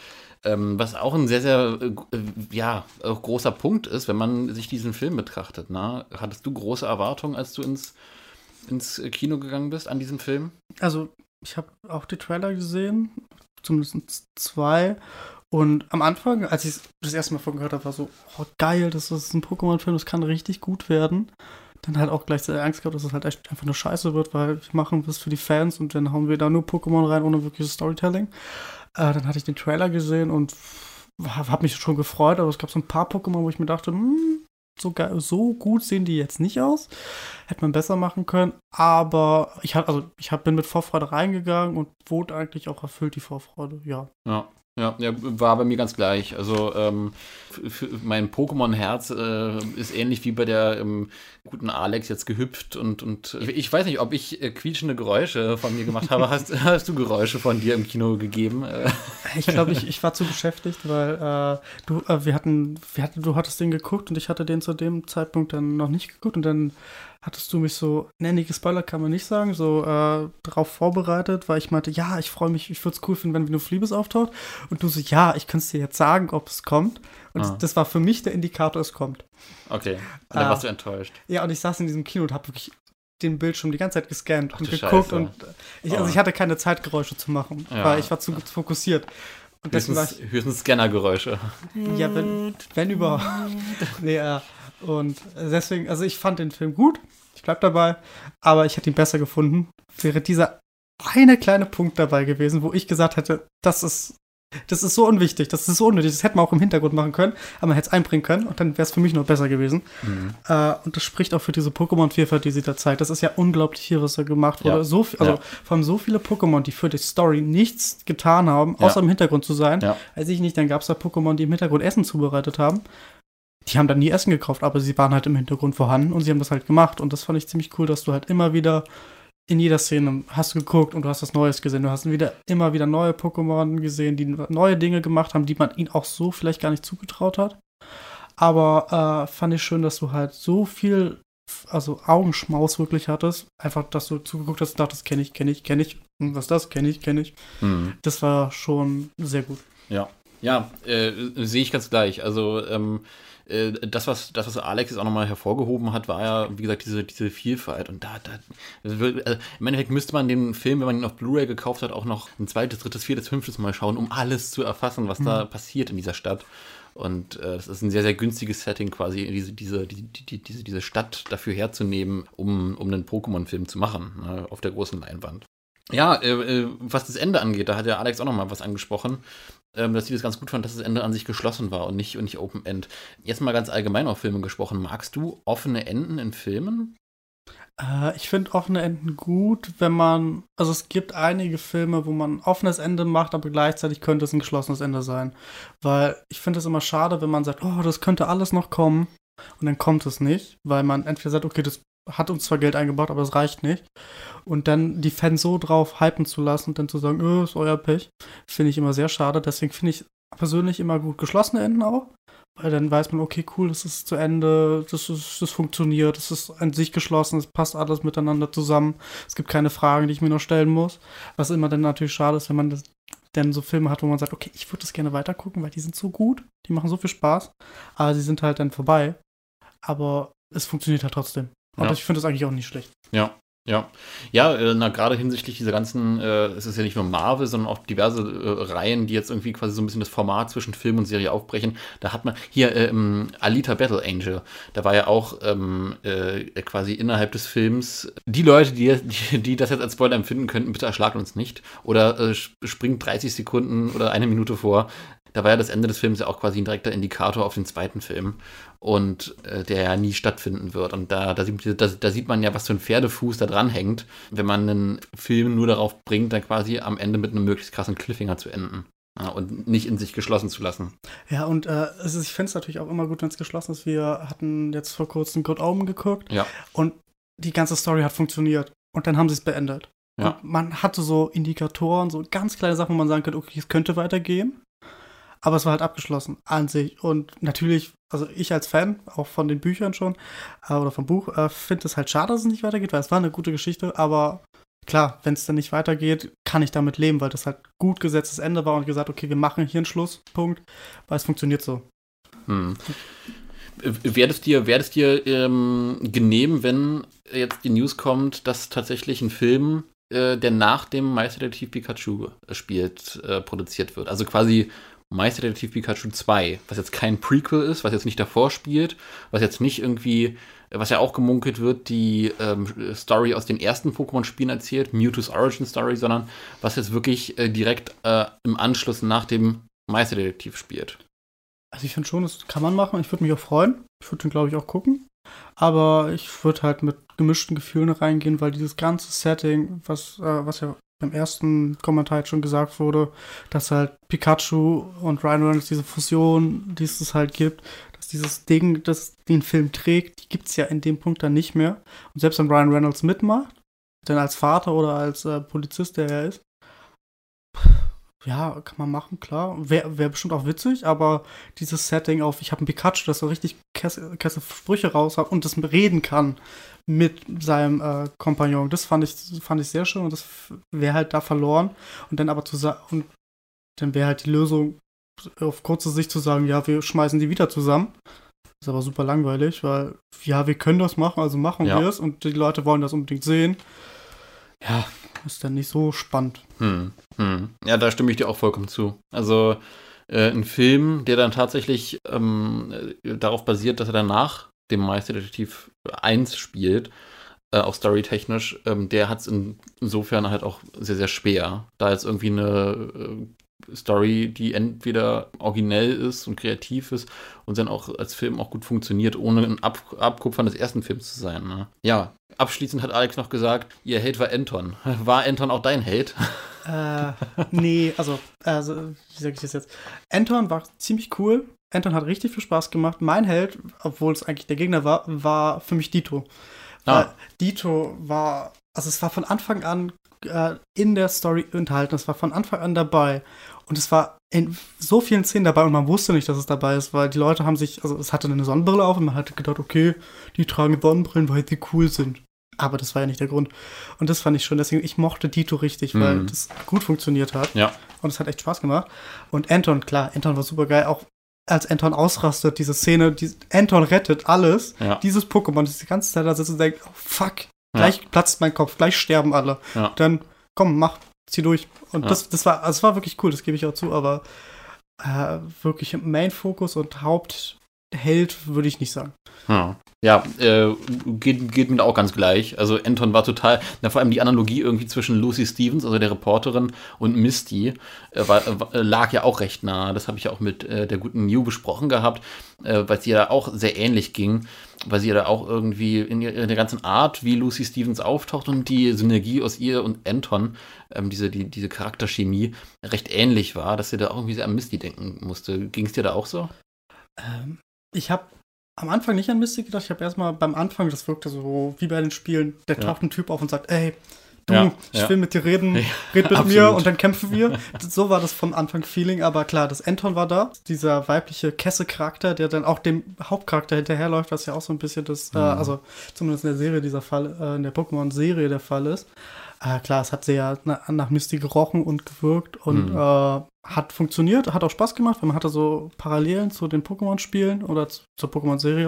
[SPEAKER 3] Ähm, was auch ein sehr, sehr äh, ja, auch großer Punkt ist, wenn man sich diesen Film betrachtet. Ne? Hattest du große Erwartungen, als du ins, ins Kino gegangen bist an diesen Film?
[SPEAKER 4] Also, ich habe auch die Trailer gesehen, zumindest zwei. Und am Anfang, als ich das erste Mal von gehört habe, war so, oh geil, das ist ein Pokémon-Film, das kann richtig gut werden. Dann halt auch gleichzeitig Angst gehabt, dass es halt echt einfach nur scheiße wird, weil wir machen das für die Fans und dann hauen wir da nur Pokémon rein, ohne wirkliches Storytelling. Äh, dann hatte ich den Trailer gesehen und habe mich schon gefreut, aber es gab so ein paar Pokémon, wo ich mir dachte, hm, so, geil, so gut sehen die jetzt nicht aus. Hätte man besser machen können, aber ich, hab, also ich hab, bin mit Vorfreude reingegangen und wurde eigentlich auch erfüllt, die Vorfreude, ja.
[SPEAKER 3] Ja. Ja, ja, war bei mir ganz gleich. Also ähm, für, für mein Pokémon-Herz äh, ist ähnlich wie bei der ähm, guten Alex jetzt gehüpft und, und ich, ich weiß nicht, ob ich äh, quietschende Geräusche von mir gemacht habe. Hast, hast du Geräusche von dir im Kino gegeben?
[SPEAKER 4] Ich glaube, ich, ich war zu beschäftigt, weil äh, du, äh, wir hatten, wir hatten, du hattest den geguckt und ich hatte den zu dem Zeitpunkt dann noch nicht geguckt und dann hattest du mich so, nennige Spoiler kann man nicht sagen, so äh, drauf vorbereitet, weil ich meinte, ja, ich freue mich, ich würde es cool finden, wenn Venus Fliebes auftaucht. Und du so, ja, ich könnte es dir jetzt sagen, ob es kommt. Und ah. das, das war für mich der Indikator, es kommt.
[SPEAKER 3] Okay, und dann äh, warst du enttäuscht.
[SPEAKER 4] Ja, und ich saß in diesem Kino und habe wirklich den Bildschirm die ganze Zeit gescannt Ach, und geguckt. Scheiße. Und ich, also oh. ich hatte keine Zeit, Geräusche zu machen, ja. weil ich war zu fokussiert. Und
[SPEAKER 3] höchstens, war ich, höchstens Scannergeräusche.
[SPEAKER 4] Ja, wenn, wenn überhaupt. Nee, äh, und deswegen, also ich fand den Film gut. Ich bleib dabei, aber ich hätte ihn besser gefunden. Wäre dieser eine kleine Punkt dabei gewesen, wo ich gesagt hätte, das ist, das ist so unwichtig, das ist so unnötig, das hätte man auch im Hintergrund machen können, aber man hätte es einbringen können und dann wäre es für mich noch besser gewesen. Mhm. Äh, und das spricht auch für diese Pokémon-Vielfalt, die sie da zeigt. Das ist ja unglaublich hier, was da gemacht wurde. Ja. So viel, also ja. vor allem so viele Pokémon, die für die Story nichts getan haben, außer ja. im Hintergrund zu sein. Ja. Weiß ich nicht, dann gab es da Pokémon, die im Hintergrund Essen zubereitet haben. Die haben dann nie Essen gekauft, aber sie waren halt im Hintergrund vorhanden und sie haben das halt gemacht. Und das fand ich ziemlich cool, dass du halt immer wieder in jeder Szene hast du geguckt und du hast was Neues gesehen. Du hast wieder, immer wieder neue Pokémon gesehen, die neue Dinge gemacht haben, die man ihnen auch so vielleicht gar nicht zugetraut hat. Aber äh, fand ich schön, dass du halt so viel, also Augenschmaus wirklich hattest. Einfach, dass du zugeguckt hast und dachtest, kenne ich, kenne ich, kenne ich. Und was ist das? Kenne ich, kenne ich. Mhm. Das war schon sehr gut.
[SPEAKER 3] Ja, ja, äh, sehe ich ganz gleich. Also, ähm, Das was, das, was Alex jetzt auch nochmal hervorgehoben hat, war ja, wie gesagt, diese, diese Vielfalt. Und da, da also im Endeffekt müsste man den Film, wenn man ihn auf Blu-ray gekauft hat, auch noch ein zweites, drittes, viertes, fünftes Mal schauen, um alles zu erfassen, was mhm. da passiert in dieser Stadt. Und äh, das ist ein sehr, sehr günstiges Setting, quasi diese, diese, die, die, diese, diese Stadt dafür herzunehmen, um, um einen Pokémon-Film zu machen, ne, auf der großen Leinwand. Ja, äh, was das Ende angeht, da hat ja Alex auch nochmal was angesprochen, ähm, dass sie das ganz gut fand, dass das Ende an sich geschlossen war und nicht, und nicht Open End. Jetzt mal ganz allgemein auf Filme gesprochen. Magst du offene Enden in Filmen?
[SPEAKER 4] Äh, ich finde offene Enden gut, wenn man, also es gibt einige Filme, wo man ein offenes Ende macht, aber gleichzeitig könnte es ein geschlossenes Ende sein. Weil ich finde es immer schade, wenn man sagt, oh, das könnte alles noch kommen und dann kommt es nicht, weil man entweder sagt, okay, das hat uns zwar Geld eingebaut, aber es reicht nicht. Und dann die Fans so drauf hypen zu lassen und dann zu sagen, oh, ist euer Pech, finde ich immer sehr schade. Deswegen finde ich persönlich immer gut geschlossene Enden auch. Weil dann weiß man, okay, cool, das ist zu Ende, das, ist, das funktioniert, das ist an sich geschlossen, es passt alles miteinander zusammen. Es gibt keine Fragen, die ich mir noch stellen muss. Was immer dann natürlich schade ist, wenn man das, dann so Filme hat, wo man sagt, okay, ich würde das gerne weitergucken, weil die sind so gut, die machen so viel Spaß, aber sie sind halt dann vorbei. Aber es funktioniert halt trotzdem. Und ja. ich finde das eigentlich auch nicht schlecht.
[SPEAKER 3] Ja, ja. Ja, äh, na, gerade hinsichtlich dieser ganzen, äh, es ist ja nicht nur Marvel, sondern auch diverse äh, Reihen, die jetzt irgendwie quasi so ein bisschen das Format zwischen Film und Serie aufbrechen. Da hat man hier ähm, Alita Battle Angel, da war ja auch ähm, äh, quasi innerhalb des Films, die Leute, die, die, die das jetzt als Spoiler empfinden könnten, bitte erschlagt uns nicht. Oder äh, springt dreißig Sekunden oder eine Minute vor. Da war ja das Ende des Films ja auch quasi ein direkter Indikator auf den zweiten Film. Und äh, der ja nie stattfinden wird. Und da, da, da, da sieht man ja, was für ein Pferdefuß da dran hängt, wenn man einen Film nur darauf bringt, dann quasi am Ende mit einem möglichst krassen Cliffhanger zu enden. Ja, und nicht in sich geschlossen zu lassen.
[SPEAKER 4] Ja, und äh, es ist, ich finde es natürlich auch immer gut, wenn es geschlossen ist. Wir hatten jetzt vor kurzem Good Omen geguckt.
[SPEAKER 3] Ja.
[SPEAKER 4] Und die ganze Story hat funktioniert. Und dann haben sie es beendet. Ja. Und man hatte so Indikatoren, so ganz kleine Sachen, wo man sagen könnte, okay, es könnte weitergehen. Aber es war halt abgeschlossen an sich. Und natürlich, also ich als Fan, auch von den Büchern schon, äh, oder vom Buch, äh, finde es halt schade, dass es nicht weitergeht, weil es war eine gute Geschichte. Aber klar, wenn es dann nicht weitergeht, kann ich damit leben, weil das halt gut gesetztes Ende war und gesagt, okay, wir machen hier einen Schlusspunkt, weil es funktioniert so.
[SPEAKER 3] Hm. Wäre es dir, wär es dir ähm, genehm, wenn jetzt die News kommt, dass tatsächlich ein Film, äh, der nach dem Meisterdetektiv Pikachu spielt, äh, produziert wird? Also quasi Meisterdetektiv Pikachu zwei, was jetzt kein Prequel ist, was jetzt nicht davor spielt, was jetzt nicht irgendwie, was ja auch gemunkelt wird, die ähm, Story aus den ersten Pokémon-Spielen erzählt, Mewtwo's Origin Story, sondern was jetzt wirklich äh, direkt äh, im Anschluss nach dem Meisterdetektiv spielt.
[SPEAKER 4] Also ich finde schon, das kann man machen. Ich würde mich auch freuen. Ich würde den, glaube ich, auch gucken. Aber ich würde halt mit gemischten Gefühlen reingehen, weil dieses ganze Setting, was, äh, was ja beim ersten Kommentar jetzt schon gesagt wurde, dass halt Pikachu und Ryan Reynolds diese Fusion, die es halt gibt, dass dieses Ding, das den Film trägt, die gibt es ja in dem Punkt dann nicht mehr. Und selbst wenn Ryan Reynolds mitmacht, dann als Vater oder als äh, Polizist, der er ist, ja, kann man machen, klar. Wäre wär bestimmt auch witzig, aber dieses Setting auf, ich habe einen Pikachu, das so richtig Kesse, Kesse Sprüche raus hat und das reden kann mit seinem äh, Kompagnon, das fand ich, fand ich sehr schön und das wäre halt da verloren. Und dann aber zu sagen, und dann wäre halt die Lösung auf kurze Sicht zu sagen, ja, wir schmeißen die wieder zusammen. Ist aber super langweilig, weil, ja, wir können das machen, also machen
[SPEAKER 3] ja.
[SPEAKER 4] wir es und die Leute wollen das unbedingt sehen. Ja, ist dann nicht so spannend.
[SPEAKER 3] Hm, hm. Ja, da stimme ich dir auch vollkommen zu. Also äh, ein Film, der dann tatsächlich ähm, darauf basiert, dass er danach dem Meisterdetektiv eins spielt, äh, auch storytechnisch, ähm, der hat es in, insofern halt auch sehr, sehr schwer. Da jetzt irgendwie eine äh, Story, die entweder originell ist und kreativ ist und dann auch als Film auch gut funktioniert, ohne ein Ab- Abkupfern des ersten Films zu sein. Ne? Ja, abschließend hat Alex noch gesagt, ihr Hate war Anton. War Anton auch dein Hate?
[SPEAKER 4] Äh, nee, also, also, wie sage ich das jetzt? Anton war ziemlich cool. Anton hat richtig viel Spaß gemacht. Mein Held, obwohl es eigentlich der Gegner war, war für mich Dito.
[SPEAKER 3] Ah.
[SPEAKER 4] Weil Dito war, also es war von Anfang an äh, in der Story enthalten. Es war von Anfang an dabei. Und es war in so vielen Szenen dabei und man wusste nicht, dass es dabei ist, weil die Leute haben sich, also es hatte eine Sonnenbrille auf und man hatte gedacht, okay, die tragen Sonnenbrillen, weil sie cool sind. Aber das war ja nicht der Grund. Und das fand ich schon, deswegen, ich mochte Dito richtig, weil
[SPEAKER 3] mhm.
[SPEAKER 4] das gut funktioniert hat.
[SPEAKER 3] Ja.
[SPEAKER 4] Und es hat echt Spaß gemacht. Und Anton, klar, Anton war super geil, auch als Anton ausrastet, diese Szene, die, Anton rettet alles,
[SPEAKER 3] Ja.
[SPEAKER 4] dieses Pokémon, das die ganze Zeit da sitzt und denkt, oh fuck, gleich
[SPEAKER 3] Ja.
[SPEAKER 4] platzt mein Kopf, gleich sterben alle.
[SPEAKER 3] Ja.
[SPEAKER 4] Dann, komm, mach, zieh durch. Und
[SPEAKER 3] Ja.
[SPEAKER 4] das, das war, also es war wirklich cool, das gebe ich auch zu, aber äh, wirklich Main-Fokus und Hauptheld würde ich nicht sagen.
[SPEAKER 3] Ja, ja äh, geht, geht mir auch ganz gleich. Also Anton war total, na, vor allem die Analogie irgendwie zwischen Lucy Stevens, also der Reporterin, und Misty, äh, war, äh, lag ja auch recht nah. Das habe ich ja auch mit äh, der guten New besprochen gehabt, äh, weil sie ja auch sehr ähnlich ging, weil sie ja da auch irgendwie in, ihrer, in der ganzen Art, wie Lucy Stevens auftaucht und die Synergie aus ihr und Anton, ähm, diese, die, diese Charakterchemie, recht ähnlich war, dass sie da auch irgendwie sehr an Misty denken musste. Ging es dir da auch so?
[SPEAKER 4] Ähm, ich habe am Anfang nicht an Misty gedacht. Ich habe erstmal beim Anfang, das wirkte so wie bei den Spielen, der
[SPEAKER 3] Ja.
[SPEAKER 4] taucht ein Typ auf und sagt, ey, du,
[SPEAKER 3] Ja,
[SPEAKER 4] ich
[SPEAKER 3] ja.
[SPEAKER 4] will mit dir reden,
[SPEAKER 3] Ja,
[SPEAKER 4] red mit
[SPEAKER 3] absolut.
[SPEAKER 4] mir und dann kämpfen wir. So war das vom Anfang Feeling, aber klar, das Anton war da, dieser weibliche Kesse-Charakter, der dann auch dem Hauptcharakter hinterherläuft, was ja auch so ein bisschen das,
[SPEAKER 3] Mhm.
[SPEAKER 4] äh, also zumindest in der Serie dieser Fall, äh, in der Pokémon-Serie der Fall ist. Äh, klar, es hat sehr nach, nach Misty gerochen und gewirkt und
[SPEAKER 3] Mhm.
[SPEAKER 4] äh, hat funktioniert, hat auch Spaß gemacht, weil man hatte so Parallelen zu den Pokémon-Spielen oder zu, zur Pokémon-Serie.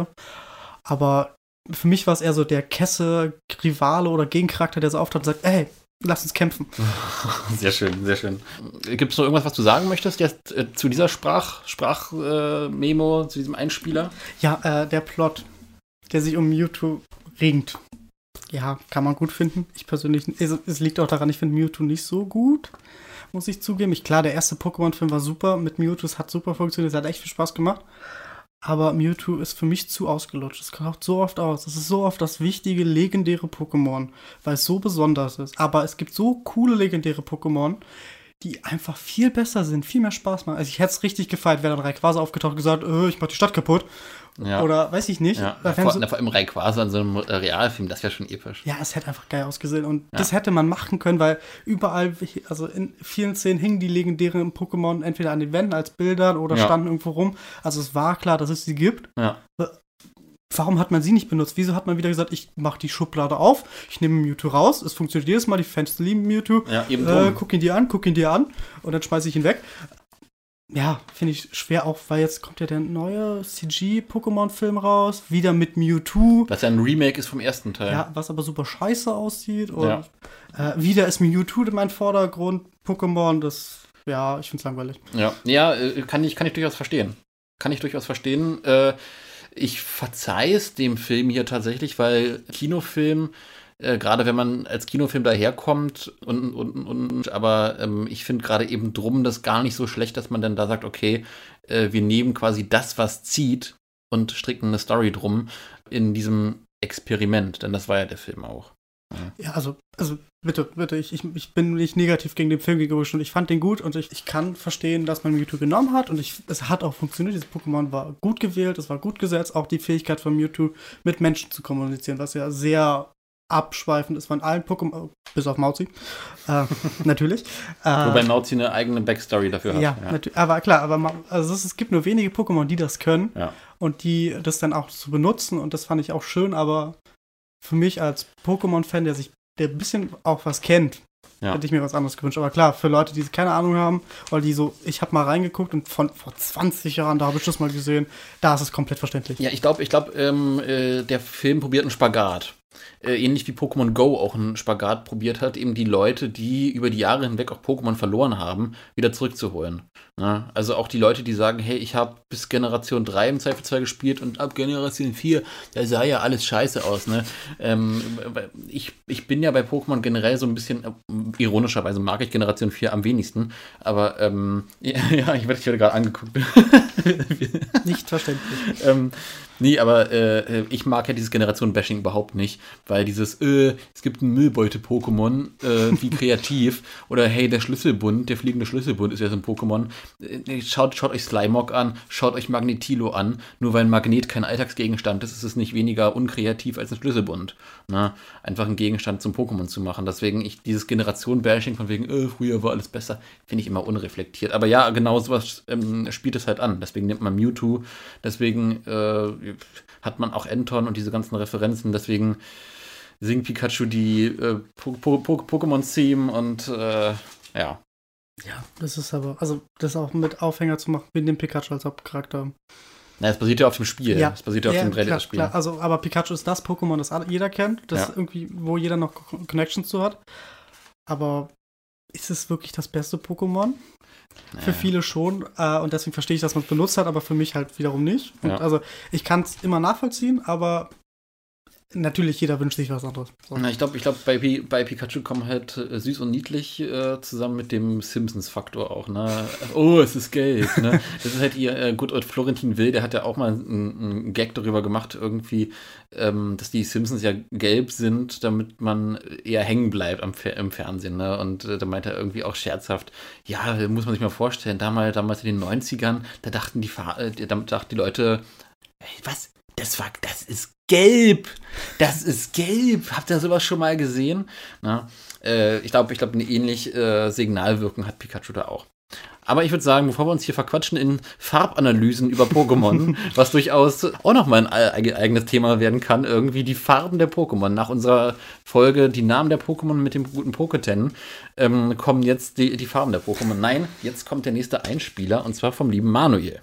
[SPEAKER 4] Aber für mich war es eher so der Kesse-Rivale oder Gegencharakter, der so auftaucht und sagt, ey, lass uns kämpfen.
[SPEAKER 3] Sehr schön, sehr schön. Gibt es noch irgendwas, was du sagen möchtest jetzt äh, zu dieser Sprach, Sprachmemo, äh, zu diesem Einspieler?
[SPEAKER 4] Ja, äh, der Plot, der sich um Mewtwo ringt. Ja, kann man gut finden. Ich persönlich, es, es liegt auch daran, ich finde Mewtwo nicht so gut, muss ich zugeben. Ich, klar, der erste Pokémon-Film war super mit Mewtwo, es hat super funktioniert, es hat echt viel Spaß gemacht. Aber Mewtwo ist für mich zu ausgelutscht. Es taucht so oft aus. Es ist so oft das wichtige, legendäre Pokémon, weil es so besonders ist. Aber es gibt so coole, legendäre Pokémon, die einfach viel besser sind, viel mehr Spaß machen. Also ich hätte es richtig gefeiert, wäre dann Rayquaza aufgetaucht und gesagt, äh, ich mach die Stadt kaputt.
[SPEAKER 3] Ja.
[SPEAKER 4] Oder weiß ich nicht.
[SPEAKER 3] Ja.
[SPEAKER 4] Weil
[SPEAKER 3] Vor,
[SPEAKER 4] so,
[SPEAKER 3] na, vor allem Rayquaza in so einem äh, Realfilm, das wäre schon episch.
[SPEAKER 4] ja, es hätte einfach geil ausgesehen. Und
[SPEAKER 3] Ja.
[SPEAKER 4] das hätte man machen können, weil überall, also in vielen Szenen hingen die legendären Pokémon entweder an den Wänden als Bildern oder
[SPEAKER 3] Ja.
[SPEAKER 4] standen irgendwo rum. Also es war klar, dass es sie gibt.
[SPEAKER 3] Ja.
[SPEAKER 4] warum hat man sie nicht benutzt? Wieso hat man wieder gesagt, ich mache die Schublade auf, ich nehme Mewtwo raus, es funktioniert jedes Mal, die Fans lieben Mewtwo,
[SPEAKER 3] Ja, eben
[SPEAKER 4] äh,
[SPEAKER 3] drum.
[SPEAKER 4] guck ihn dir an, guck ihn dir an und dann schmeiße ich ihn weg. Ja, finde ich schwer auch, weil jetzt kommt ja der neue C G-Pokémon-Film raus, wieder mit Mewtwo.
[SPEAKER 3] Was ja ein Remake ist vom ersten Teil.
[SPEAKER 4] Ja, was aber super scheiße aussieht. Und
[SPEAKER 3] Ja.
[SPEAKER 4] äh, wieder ist Mewtwo mein Vordergrund. Pokémon, das, ja, ich finde es langweilig.
[SPEAKER 3] Ja, ja äh, kann, ich, kann ich durchaus verstehen. Kann ich durchaus verstehen. Äh, ich verzeih es dem Film hier tatsächlich, weil Kinofilm, äh, gerade wenn man als Kinofilm daherkommt, und, und, und aber ähm, ich finde gerade eben drum das gar nicht so schlecht, dass man dann da sagt, okay, äh, wir nehmen quasi das, was zieht und stricken eine Story drum in diesem Experiment, denn das war ja der Film auch.
[SPEAKER 4] Ja, also, also bitte, bitte, ich, ich, ich bin nicht negativ gegen den Film gegenüber und ich fand den gut und ich, ich kann verstehen, dass man Mewtwo genommen hat und ich, es hat auch funktioniert. Dieses Pokémon war gut gewählt, es war gut gesetzt, auch die Fähigkeit von Mewtwo mit Menschen zu kommunizieren, was ja sehr abschweifend ist von allen Pokémon, bis auf Mauzi, äh, natürlich. Äh,
[SPEAKER 3] Wobei Mauzi eine eigene Backstory dafür hat.
[SPEAKER 4] Ja, natürlich, aber klar, aber ma- also es, es gibt nur wenige Pokémon, die das können
[SPEAKER 3] Ja.
[SPEAKER 4] und die das dann auch zu benutzen und das fand ich auch schön, aber für mich als Pokémon-Fan, der sich, der ein bisschen auch was kennt,
[SPEAKER 3] Ja.
[SPEAKER 4] hätte ich mir was anderes gewünscht. Aber klar, für Leute, die keine Ahnung haben, oder die so, ich habe mal reingeguckt und von vor zwanzig Jahren, da habe ich das mal gesehen, da ist es komplett verständlich.
[SPEAKER 3] Ja, ich glaube, ich glaub, ähm, äh, der Film probiert einen Spagat. Äh, ähnlich wie Pokémon Go auch einen Spagat probiert hat, eben die Leute, die über die Jahre hinweg auch Pokémon verloren haben, wieder zurückzuholen. Ne? Also auch die Leute, die sagen, hey, ich habe bis Generation drei im Zweifelsfall gespielt und ab Generation vier, da sah ja alles scheiße aus. Ne? Ähm, ich, ich bin ja bei Pokémon generell so ein bisschen, äh, ironischerweise mag ich Generation vier am wenigsten, aber ähm, ja, ja, ich werde gerade angeguckt.
[SPEAKER 4] Nicht verständlich.
[SPEAKER 3] ähm, nee, aber äh, ich mag ja dieses Generation-Bashing überhaupt nicht, weil dieses, äh, es gibt ein Müllbeute-Pokémon, äh, wie kreativ, oder hey, der Schlüsselbund, der fliegende Schlüsselbund ist ja so ein Pokémon. Äh, schaut, schaut euch Slimog an, schaut euch Magnetilo an. Nur weil ein Magnet kein Alltagsgegenstand ist, ist es nicht weniger unkreativ als ein Schlüsselbund. Na, einfach einen Gegenstand zum Pokémon zu machen. Deswegen ich dieses Generation-Bashing von wegen, äh, früher war alles besser, finde ich immer unreflektiert. Aber ja, genau sowas ähm, spielt es halt an. Deswegen nimmt man Mewtwo, deswegen äh, hat man auch Anton und diese ganzen Referenzen, deswegen singt Pikachu die äh, po- po- po- Pokémon-Theme und äh, ja.
[SPEAKER 4] Ja, das ist aber, also das auch mit Aufhänger zu machen, mit dem Pikachu als Hauptcharakter.
[SPEAKER 3] Na, es basiert ja auf dem Spiel.
[SPEAKER 4] Ja.
[SPEAKER 3] Es basiert ja auf
[SPEAKER 4] Ja,
[SPEAKER 3] dem
[SPEAKER 4] klar,
[SPEAKER 3] Predator-Spiel.
[SPEAKER 4] klar. Also, aber Pikachu ist das Pokémon, das alle- jeder kennt, das
[SPEAKER 3] Ja.
[SPEAKER 4] irgendwie, wo jeder noch Co- Connections zu hat. Aber ist es wirklich das beste Pokémon? Für
[SPEAKER 3] Ja.
[SPEAKER 4] viele schon. Äh, und deswegen verstehe ich, dass man es benutzt hat, aber für mich halt wiederum nicht. Und
[SPEAKER 3] Ja.
[SPEAKER 4] also ich kann es immer nachvollziehen, aber natürlich, jeder wünscht sich was anderes. So.
[SPEAKER 3] Na, ich glaube, ich glaub, bei, Pi- bei Pikachu kommen halt äh, süß und niedlich äh, zusammen mit dem Simpsons-Faktor auch, ne? Oh, es ist gelb, ne? Das ist halt ihr, äh, gut, und Florentin Will, der hat ja auch mal einen, einen Gag darüber gemacht, irgendwie, ähm, dass die Simpsons ja gelb sind, damit man eher hängen bleibt am, Fer- im Fernsehen, ne? Und äh, da meint er irgendwie auch scherzhaft, ja, muss man sich mal vorstellen, damals, damals in den neunzigern, da dachten die, Fa- äh, da dachten die Leute, hey, was? Das war, das ist gelb. Das ist gelb. Habt ihr sowas schon mal gesehen? Na, äh, ich glaube, ich glaube, eine ähnliche äh, Signalwirkung hat Pikachu da auch. Aber ich würde sagen, bevor wir uns hier verquatschen in Farbanalysen über Pokémon, was durchaus auch nochmal ein eig- eigenes Thema werden kann, irgendwie die Farben der Pokémon. Nach unserer Folge Die Namen der Pokémon mit dem guten Poketen ähm, kommen jetzt die, die Farben der Pokémon. Nein, jetzt kommt der nächste Einspieler und zwar vom lieben Manuel.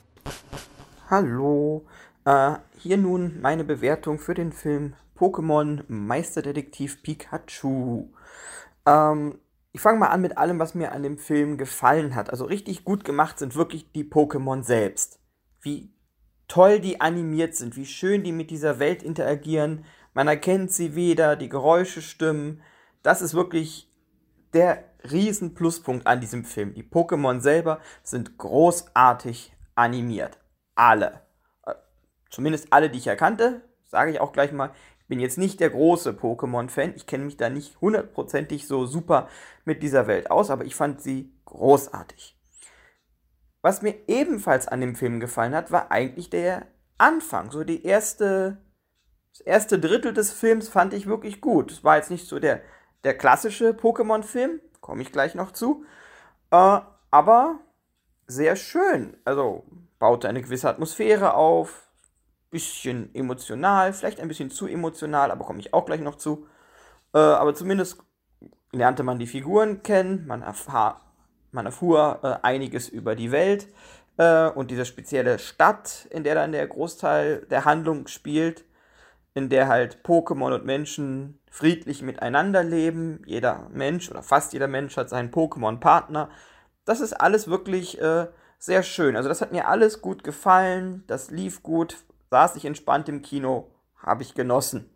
[SPEAKER 7] Hallo, äh, hier nun meine Bewertung für den Film Pokémon Meisterdetektiv Pikachu. Ähm, ich fange mal an mit allem, was mir an dem Film gefallen hat. Also richtig gut gemacht sind wirklich die Pokémon selbst. Wie toll die animiert sind, wie schön die mit dieser Welt interagieren. Man erkennt sie wieder, die Geräusche stimmen. Das ist wirklich der riesen Pluspunkt an diesem Film. Die Pokémon selber sind großartig animiert. Alle. Äh, Zumindest alle, die ich erkannte, sage ich auch gleich mal. Ich bin jetzt nicht der große Pokémon-Fan. Ich kenne mich da nicht hundertprozentig so super mit dieser Welt aus, aber ich fand sie großartig. Was mir ebenfalls an dem Film gefallen hat, war eigentlich der Anfang. So die erste, das erste Drittel des Films fand ich wirklich gut. Es war jetzt nicht so der, der klassische Pokémon-Film, komme ich gleich noch zu, äh, aber sehr schön. Also baute eine gewisse Atmosphäre auf, bisschen emotional, vielleicht ein bisschen zu emotional, aber komme ich auch gleich noch zu. Äh, aber zumindest lernte man die Figuren kennen, man, erfahr, man erfuhr äh, einiges über die Welt äh, und diese spezielle Stadt, in der dann der Großteil der Handlung spielt, in der halt Pokémon und Menschen friedlich miteinander leben. Jeder Mensch oder fast jeder Mensch hat seinen Pokémon-Partner. Das ist alles wirklich äh, sehr schön. Also das hat mir alles gut gefallen, das lief gut, saß ich entspannt im Kino, habe ich genossen.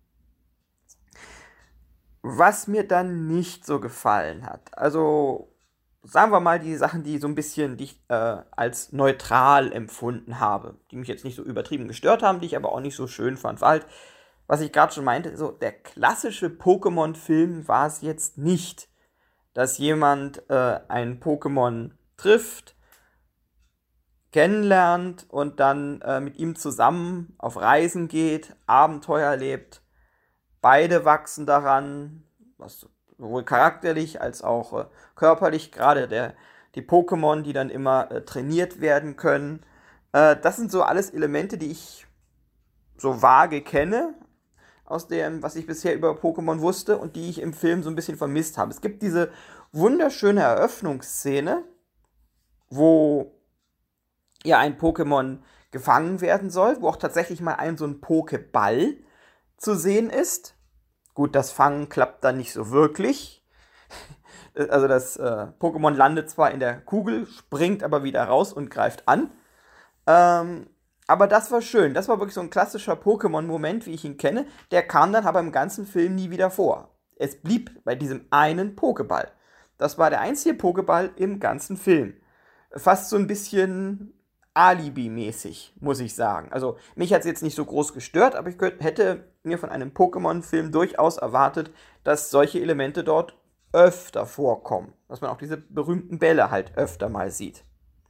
[SPEAKER 7] Was mir dann nicht so gefallen hat, also sagen wir mal die Sachen, die so ein bisschen die ich äh, als neutral empfunden habe, die mich jetzt nicht so übertrieben gestört haben, die ich aber auch nicht so schön fand, war halt, was ich gerade schon meinte, so der klassische Pokémon-Film war es jetzt nicht, dass jemand äh, ein Pokémon trifft, kennenlernt und dann äh, mit ihm zusammen auf Reisen geht, Abenteuer erlebt. Beide wachsen daran, was sowohl charakterlich als auch äh, körperlich, gerade der, die Pokémon, die dann immer äh, trainiert werden können. Äh, das sind so alles Elemente, die ich so vage kenne, aus dem, was ich bisher über Pokémon wusste und die ich im Film so ein bisschen vermisst habe. Es gibt diese wunderschöne Eröffnungsszene, wo ja ein Pokémon gefangen werden soll, wo auch tatsächlich mal ein so ein Pokéball zu sehen ist. Gut, das Fangen klappt dann nicht so wirklich. Also das äh, Pokémon landet zwar in der Kugel, springt aber wieder raus und greift an. Ähm, aber das war schön. Das war wirklich so ein klassischer Pokémon-Moment, wie ich ihn kenne. Der kam dann aber im ganzen Film nie wieder vor. Es blieb bei diesem einen Pokéball. Das war der einzige Pokéball im ganzen Film. Fast so ein bisschen Alibi-mäßig, muss ich sagen. Also mich hat es jetzt nicht so groß gestört, aber ich könnt, hätte mir von einem Pokémon-Film durchaus erwartet, dass solche Elemente dort öfter vorkommen. Dass man auch diese berühmten Bälle halt öfter mal sieht.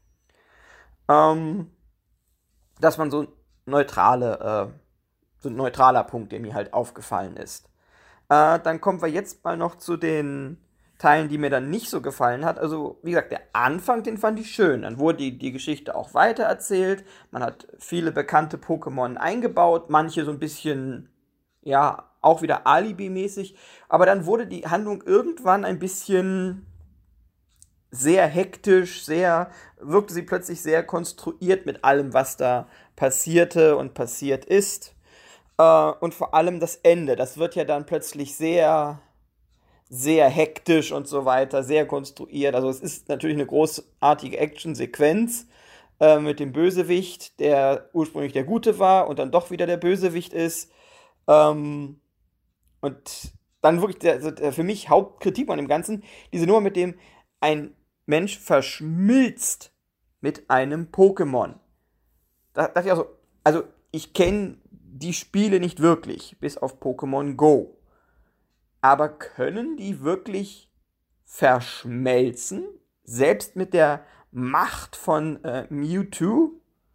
[SPEAKER 7] Ähm, dass man so neutrale, äh, so ein neutraler Punkt, der mir halt aufgefallen ist. Äh, dann kommen wir jetzt mal noch zu den Teilen, die mir dann nicht so gefallen hat. Also, wie gesagt, der Anfang, den fand ich schön. Dann wurde die, die Geschichte auch weitererzählt. Man hat viele bekannte Pokémon eingebaut, manche so ein bisschen, ja, auch wieder Alibi-mäßig. Aber dann wurde die Handlung irgendwann ein bisschen sehr hektisch, sehr, wirkte sie plötzlich sehr konstruiert mit allem, was da passierte und passiert ist. Äh, und vor allem das Ende, das wird ja dann plötzlich sehr sehr hektisch und so weiter, sehr konstruiert. Also es ist natürlich eine großartige Action-Sequenz äh, mit dem Bösewicht, der ursprünglich der Gute war und dann doch wieder der Bösewicht ist. Ähm, und dann wirklich der, also der für mich Hauptkritik an dem Ganzen, diese Nummer mit dem, ein Mensch verschmilzt mit einem Pokémon. Da dachte ich also, also ich kenne die Spiele nicht wirklich, bis auf Pokémon Go. Aber können die wirklich verschmelzen? Selbst mit der Macht von äh, Mewtwo?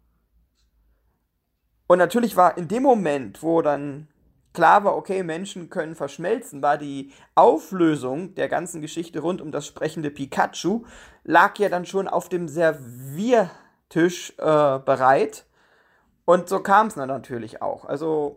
[SPEAKER 7] Und natürlich war in dem Moment, wo dann klar war, okay, Menschen können verschmelzen, war die Auflösung der ganzen Geschichte rund um das sprechende Pikachu, lag ja dann schon auf dem Serviertisch äh, bereit. Und so kam es dann natürlich auch. Also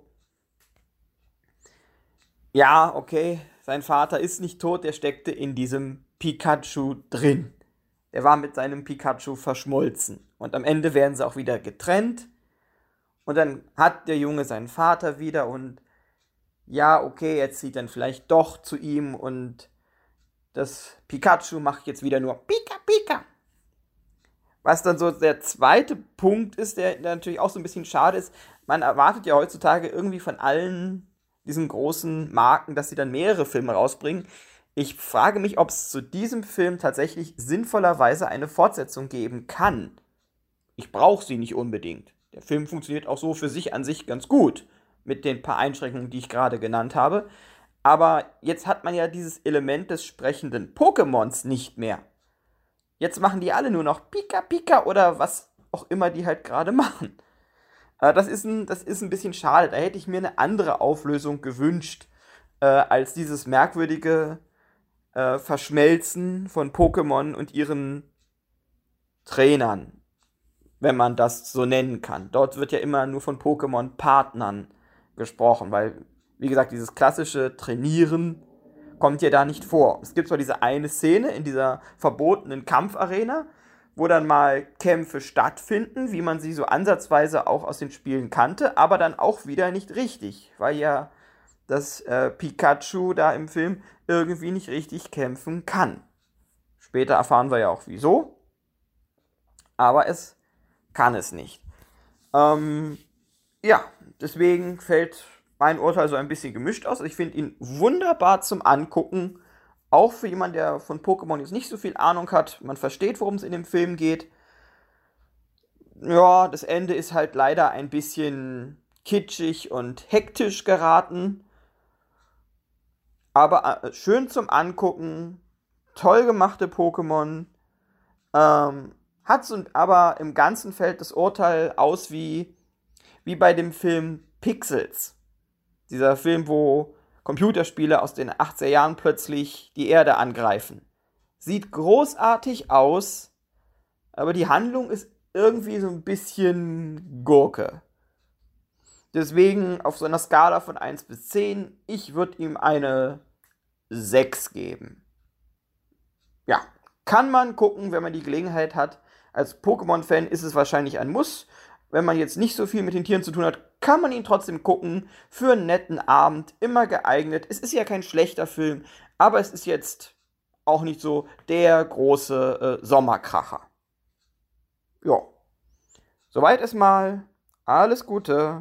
[SPEAKER 7] ja, okay, sein Vater ist nicht tot, der steckte in diesem Pikachu drin. Er war mit seinem Pikachu verschmolzen. Und am Ende werden sie auch wieder getrennt. Und dann hat der Junge seinen Vater wieder und ja, okay, jetzt zieht dann vielleicht doch zu ihm und das Pikachu macht jetzt wieder nur Pika, Pika. Was dann so der zweite Punkt ist, der, der natürlich auch so ein bisschen schade ist. Man erwartet ja heutzutage irgendwie von allen diesen großen Marken, dass sie dann mehrere Filme rausbringen. Ich frage mich, ob es zu diesem Film tatsächlich sinnvollerweise eine Fortsetzung geben kann. Ich brauche sie nicht unbedingt. Der Film funktioniert auch so für sich an sich ganz gut, mit den paar Einschränkungen, die ich gerade genannt habe. Aber jetzt hat man ja dieses Element des sprechenden Pokémons nicht mehr. Jetzt machen die alle nur noch Pika Pika oder was auch immer die halt gerade machen. Das ist, ein, das ist ein bisschen schade. Da hätte ich mir eine andere Auflösung gewünscht, äh, als dieses merkwürdige äh, Verschmelzen von Pokémon und ihren Trainern. wenn man das so nennen kann. Dort wird ja immer nur von Pokémon-Partnern gesprochen, weil, wie gesagt, dieses klassische Trainieren kommt ja da nicht vor. Es gibt zwar diese eine Szene in dieser verbotenen Kampfarena, wo dann mal Kämpfe stattfinden, wie man sie so ansatzweise auch aus den Spielen kannte, aber dann auch wieder nicht richtig, weil ja das äh, Pikachu da im Film irgendwie nicht richtig kämpfen kann. Später erfahren wir ja auch wieso, aber es kann es nicht. Ähm, ja, deswegen fällt mein Urteil so ein bisschen gemischt aus. Ich finde ihn wunderbar zum Angucken, auch für jemanden, der von Pokémon jetzt nicht so viel Ahnung hat. Man versteht, worum es in dem Film geht. Ja, das Ende ist halt leider ein bisschen kitschig und hektisch geraten. Aber äh, schön zum Angucken. Toll gemachte Pokémon. Ähm, hat so, aber im Ganzen fällt das Urteil aus wie, wie bei dem Film Pixels. Dieser Film, wo Computerspiele aus den achtziger Jahren plötzlich die Erde angreifen. Sieht großartig aus, aber die Handlung ist irgendwie so ein bisschen Gurke. Deswegen auf so einer Skala von eins bis zehn, ich würde ihm eine sechs geben. Ja, kann man gucken, wenn man die Gelegenheit hat. Als Pokémon-Fan ist es wahrscheinlich ein Muss. Wenn man jetzt nicht so viel mit den Tieren zu tun hat, kann man ihn trotzdem gucken. Für einen netten Abend, immer geeignet. Es ist ja kein schlechter Film, aber es ist jetzt auch nicht so der große äh, Sommerkracher. Ja, soweit erstmal. Alles Gute.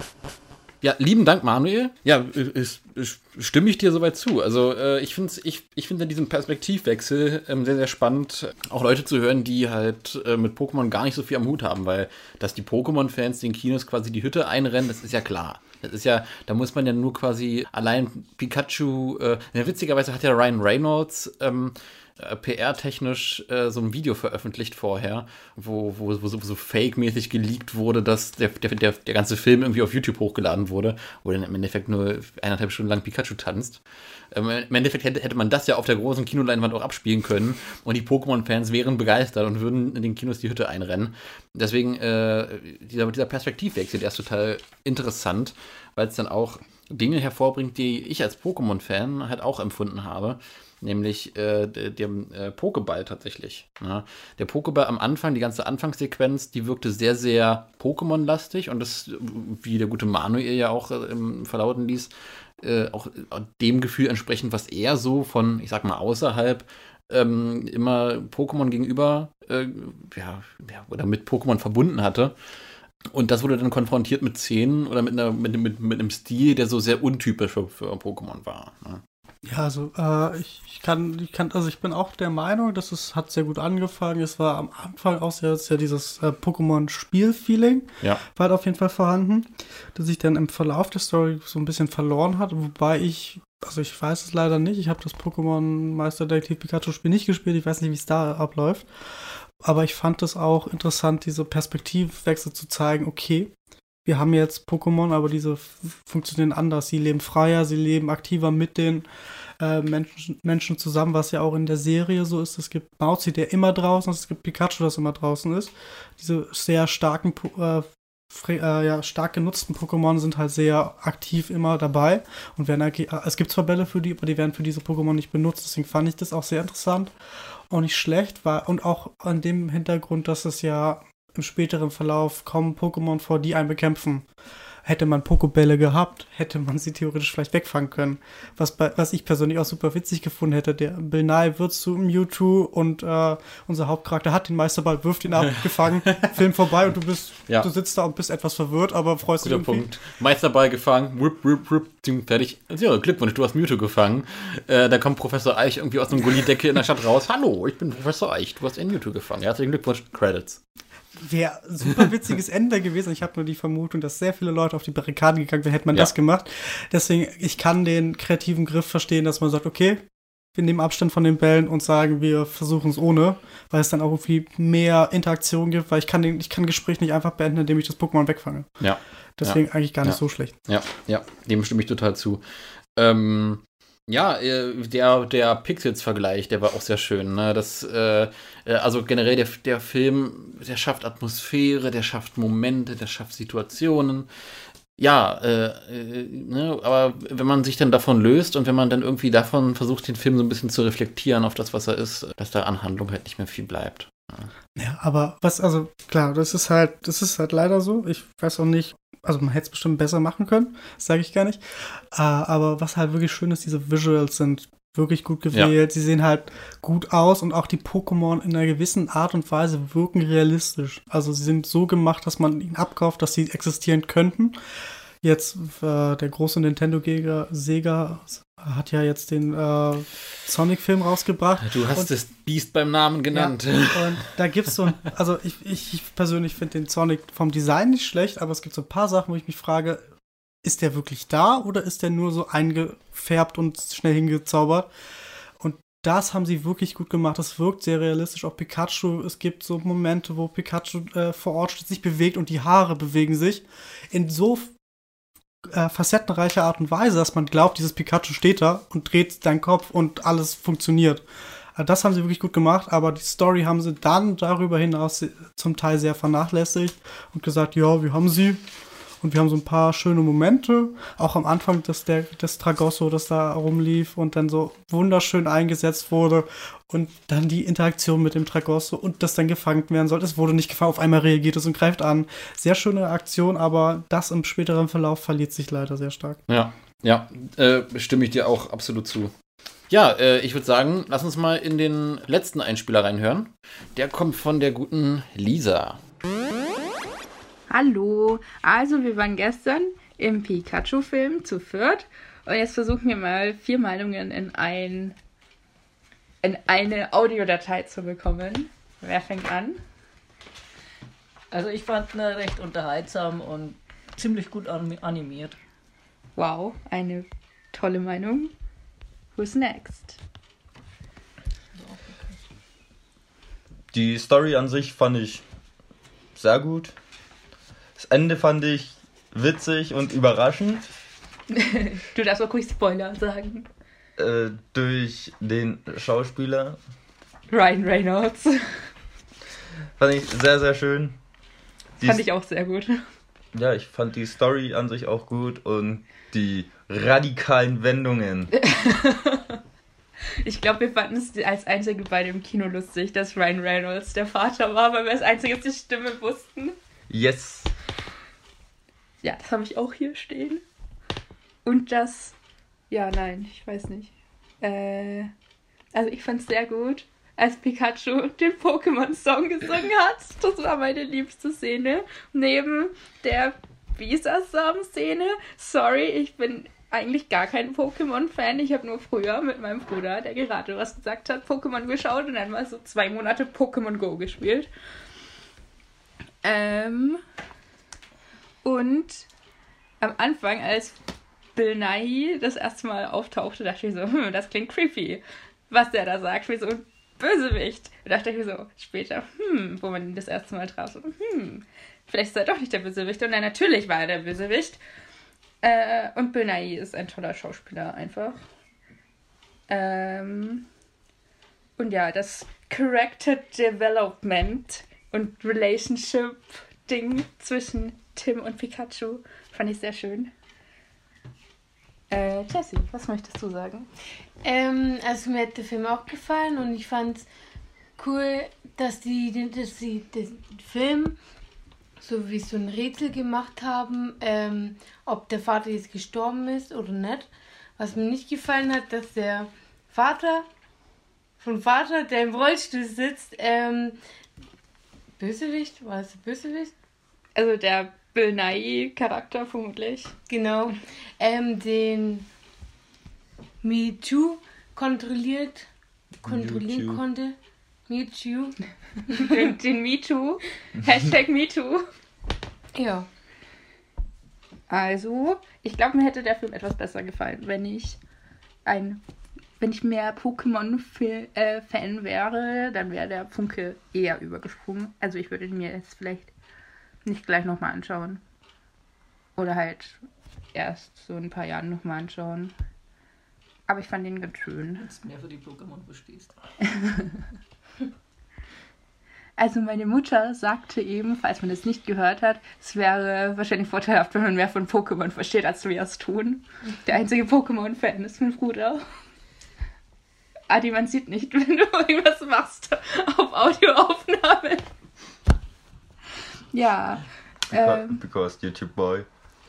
[SPEAKER 3] Ja, lieben Dank, Manuel. Ja, ist, ist, stimme ich dir soweit zu. Also äh, ich finde ich, ich find diesen Perspektivwechsel ähm, sehr, sehr spannend, auch Leute zu hören, die halt äh, mit Pokémon gar nicht so viel am Hut haben, weil dass die Pokémon-Fans den Kinos quasi die Hütte einrennen, das ist ja klar. Das ist ja, da muss man ja nur quasi allein Pikachu, äh, witzigerweise hat ja Ryan Reynolds ähm, P R-technisch äh, so ein Video veröffentlicht vorher, wo, wo, wo so, so fake-mäßig geleakt wurde, dass der, der, der, der ganze Film irgendwie auf YouTube hochgeladen wurde, wo dann im Endeffekt nur eineinhalb Stunden lang Pikachu tanzt. Ähm, Im Endeffekt hätte, hätte man das ja auf der großen Kinoleinwand auch abspielen können und die Pokémon-Fans wären begeistert und würden in den Kinos die Hütte einrennen. Deswegen, äh, dieser, dieser Perspektivwechsel, der ist total interessant, weil es dann auch Dinge hervorbringt, die ich als Pokémon-Fan halt auch empfunden habe. Nämlich äh, dem äh, Pokéball tatsächlich. Ja. Der Pokéball am Anfang, die ganze Anfangssequenz, die wirkte sehr, sehr Pokémon-lastig und das, wie der gute Manuel ja auch äh, verlauten ließ, äh, auch dem Gefühl entsprechend, was er so von, ich sag mal, außerhalb ähm, immer Pokémon gegenüber äh, ja, ja, oder mit Pokémon verbunden hatte. Und das wurde dann konfrontiert mit Szenen oder mit, einer, mit, mit, mit einem Stil, der so sehr untypisch für, für Pokémon war. Ne?
[SPEAKER 4] Ja, also äh, ich, ich kann, ich kann, also ich bin auch der Meinung, dass es hat sehr gut angefangen. Es war am Anfang auch sehr, sehr dieses äh, Pokémon-Spiel-Feeling,
[SPEAKER 3] ja.
[SPEAKER 4] war halt auf jeden Fall vorhanden, das sich dann im Verlauf der Story so ein bisschen verloren hat, wobei ich, also ich weiß es leider nicht, ich habe das Pokémon Meister Detektiv Pikachu-Spiel nicht gespielt, ich weiß nicht, wie es da abläuft, aber ich fand es auch interessant, diese Perspektivwechsel zu zeigen, okay, wir haben jetzt Pokémon, aber diese f- funktionieren anders. Sie leben freier, sie leben aktiver mit den äh, Menschen, Menschen zusammen, was ja auch in der Serie so ist. Es gibt Mauzi, der immer draußen ist, es gibt Pikachu, das immer draußen ist. Diese sehr starken, äh, fre- äh, ja, stark genutzten Pokémon sind halt sehr aktiv immer dabei. Und werden, äh, es gibt zwar Bälle für die, aber die werden für diese Pokémon nicht benutzt. Deswegen fand ich das auch sehr interessant und nicht schlecht. War, und auch an dem Hintergrund, dass es ja im späteren Verlauf kommen Pokémon vor, die einen bekämpfen. Hätte man Pokébälle gehabt, hätte man sie theoretisch vielleicht wegfangen können. Was, bei, was ich persönlich auch super witzig gefunden hätte, der Bill Nye wird zu Mewtwo und äh, unser Hauptcharakter hat den Meisterball, wirft ihn ab, gefangen, Film vorbei und du bist,
[SPEAKER 3] ja.
[SPEAKER 4] du sitzt da und bist etwas verwirrt, aber freust dich
[SPEAKER 3] Guter
[SPEAKER 4] irgendwie.
[SPEAKER 3] Punkt. Meisterball gefangen, whip, whip, whip, fertig. Ja, Glückwunsch, du hast Mewtwo gefangen. Äh, da kommt Professor Eich irgendwie aus einem Gullideckel in der Stadt raus. Hallo, ich bin Professor Eich, du hast einen Mewtwo gefangen. Herzlichen Glückwunsch, Credits.
[SPEAKER 4] Wäre ein super witziges Ende gewesen. Ich habe nur die Vermutung, dass sehr viele Leute auf die Barrikaden gegangen wären, hätte man
[SPEAKER 3] Ja.
[SPEAKER 4] das gemacht. Deswegen, ich kann den kreativen Griff verstehen, dass man sagt, okay, wir nehmen Abstand von den Bällen und sagen, wir versuchen es ohne, weil es dann auch irgendwie mehr Interaktion gibt, weil ich kann den, ich kann ein Gespräch nicht einfach beenden, indem ich das Pokémon wegfange.
[SPEAKER 3] Ja.
[SPEAKER 4] Deswegen
[SPEAKER 3] ja.
[SPEAKER 4] eigentlich gar nicht
[SPEAKER 3] ja.
[SPEAKER 4] so schlecht.
[SPEAKER 3] Ja, ja, dem stimme ich total zu. Ähm, Ja, äh, der, der Pixels-Vergleich, der war auch sehr schön. Ne? Das, äh, äh, also generell der, der Film, der schafft Atmosphäre, der schafft Momente, der schafft Situationen. Ja, äh, äh, ne? Aber wenn man sich dann davon löst und wenn man dann irgendwie davon versucht, den Film so ein bisschen zu reflektieren auf das, was er ist, dass da an Handlung halt nicht mehr viel bleibt. Ja,
[SPEAKER 4] ja, aber was, also klar, das ist halt, das ist halt leider so. Ich weiß auch nicht, also man hätte es bestimmt besser machen können, das sage ich gar nicht. Äh, aber was halt wirklich schön ist, diese Visuals sind wirklich gut gewählt. Ja. Sie sehen halt gut aus und auch die Pokémon in einer gewissen Art und Weise wirken realistisch. Also sie sind so gemacht, dass man ihnen abkauft, dass sie existieren könnten. Jetzt äh, der große Nintendo-Gegner Sega hat ja jetzt den äh, Sonic-Film rausgebracht.
[SPEAKER 3] Du hast und, das Biest beim Namen genannt.
[SPEAKER 4] Ja, und da gibt's so, also ich, ich, ich persönlich finde den Sonic vom Design nicht schlecht, aber es gibt so ein paar Sachen, wo ich mich frage, ist der wirklich da oder ist der nur so eingefärbt und schnell hingezaubert? Und das haben sie wirklich gut gemacht. Es wirkt sehr realistisch. Auch Pikachu, es gibt so Momente, wo Pikachu äh, vor Ort steht, sich bewegt und die Haare bewegen sich in so äh, facettenreicher Art und Weise, dass man glaubt, dieses Pikachu steht da und dreht seinen Kopf und alles funktioniert. Äh, das haben sie wirklich gut gemacht, aber die Story haben sie dann darüber hinaus zum Teil sehr vernachlässigt und gesagt, ja, wir haben sie. Und wir haben so ein paar schöne Momente, auch am Anfang des, der, des Tragosso, das da rumlief und dann so wunderschön eingesetzt wurde und dann die Interaktion mit dem Tragosso und das dann gefangen werden sollte. Es wurde nicht gefangen, auf einmal reagiert es und greift an. Sehr schöne Aktion, aber das im späteren Verlauf verliert sich leider sehr stark.
[SPEAKER 3] Ja, ja, äh, stimme ich dir auch absolut zu. Ja, äh, ich würde sagen, lass uns mal in den letzten Einspieler reinhören. Der kommt von der guten Lisa.
[SPEAKER 8] Hallo, also wir waren gestern im Pikachu-Film zu viert und jetzt versuchen wir mal vier Meinungen in, ein, in eine Audiodatei zu bekommen. Wer fängt an?
[SPEAKER 9] Also ich fand ihn recht unterhaltsam und ziemlich gut animiert.
[SPEAKER 8] Wow, eine tolle Meinung. Who's next?
[SPEAKER 10] Die Story an sich fand ich sehr gut. Das Ende fand ich witzig und überraschend.
[SPEAKER 8] Du darfst auch ruhig Spoiler sagen.
[SPEAKER 10] Äh, durch den Schauspieler.
[SPEAKER 8] Ryan Reynolds.
[SPEAKER 10] Fand ich sehr, sehr schön. Die
[SPEAKER 8] fand ich auch sehr gut.
[SPEAKER 10] Ja, ich fand die Story an sich auch gut und die radikalen Wendungen.
[SPEAKER 8] Ich glaube, wir fanden es als einzige bei dem Kino lustig, dass Ryan Reynolds der Vater war, weil wir als einziges die Stimme wussten.
[SPEAKER 10] Yes.
[SPEAKER 8] Ja, das habe ich auch hier stehen. Und das... Ja, nein, ich weiß nicht. Äh, also ich fand es sehr gut, als Pikachu den Pokémon-Song gesungen hat. Das war meine liebste Szene. Neben der Bisasam-Szene. Sorry, ich bin eigentlich gar kein Pokémon-Fan. Ich habe nur früher mit meinem Bruder, der gerade was gesagt hat, Pokémon geschaut und dann mal so zwei Monate Pokémon Go gespielt. Ähm... Und am Anfang, als Bill Nighy das erste Mal auftauchte, dachte ich so, hm, das klingt creepy, was der da sagt, wie so ein Bösewicht. Da dachte ich mir so, später, hm, wo man ihn das erste Mal traf, so, hm, vielleicht ist er doch nicht der Bösewicht. Und dann natürlich war er der Bösewicht. Äh, und Bill Nighy ist ein toller Schauspieler einfach. Ähm, und ja, das Character Development und Relationship Ding zwischen Tim und Pikachu fand ich sehr schön. Äh, Jessie, was möchtest du sagen?
[SPEAKER 11] Ähm, also mir hat der Film auch gefallen und ich fand es cool, dass die, dass die den Film so wie so ein Rätsel gemacht haben, ähm, ob der Vater jetzt gestorben ist oder nicht. Was mir nicht gefallen hat, dass der Vater vom Vater, der im Rollstuhl sitzt, ähm, Bösewicht, war es Bösewicht?
[SPEAKER 8] Also der Bill Nighy-Charakter vermutlich.
[SPEAKER 11] Genau. Ähm, den Mewtwo kontrolliert, kontrollieren
[SPEAKER 10] Mewtwo.
[SPEAKER 11] konnte. Mewtwo.
[SPEAKER 8] den, den MeToo. Hashtag MeToo.
[SPEAKER 11] Ja.
[SPEAKER 8] Also, ich glaube, mir hätte der Film etwas besser gefallen, wenn ich ein, wenn ich mehr Pokémon-Fan wäre, dann wäre der Funke eher übergesprungen. Also ich würde ihn mir jetzt vielleicht nicht gleich nochmal anschauen. Oder halt erst so in ein paar Jahren nochmal anschauen. Aber ich fand ihn ganz schön.
[SPEAKER 9] Wenn du mehr für die Pokémon verstehst.
[SPEAKER 8] Also meine Mutter sagte eben, falls man das nicht gehört hat, es wäre wahrscheinlich vorteilhaft, wenn man mehr von Pokémon versteht, als wir es tun. Der einzige Pokémon-Fan ist mein Bruder. Adi, man sieht nicht, wenn du irgendwas machst auf Audioaufnahme. Ja.
[SPEAKER 10] Because,
[SPEAKER 8] Ähm,
[SPEAKER 10] because YouTube Boy.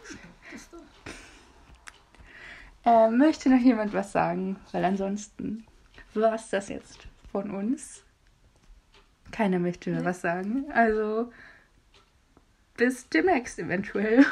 [SPEAKER 8] äh, möchte noch jemand was sagen? Weil ansonsten war es das jetzt von uns. Keiner möchte mehr was sagen. Also bis demnächst eventuell.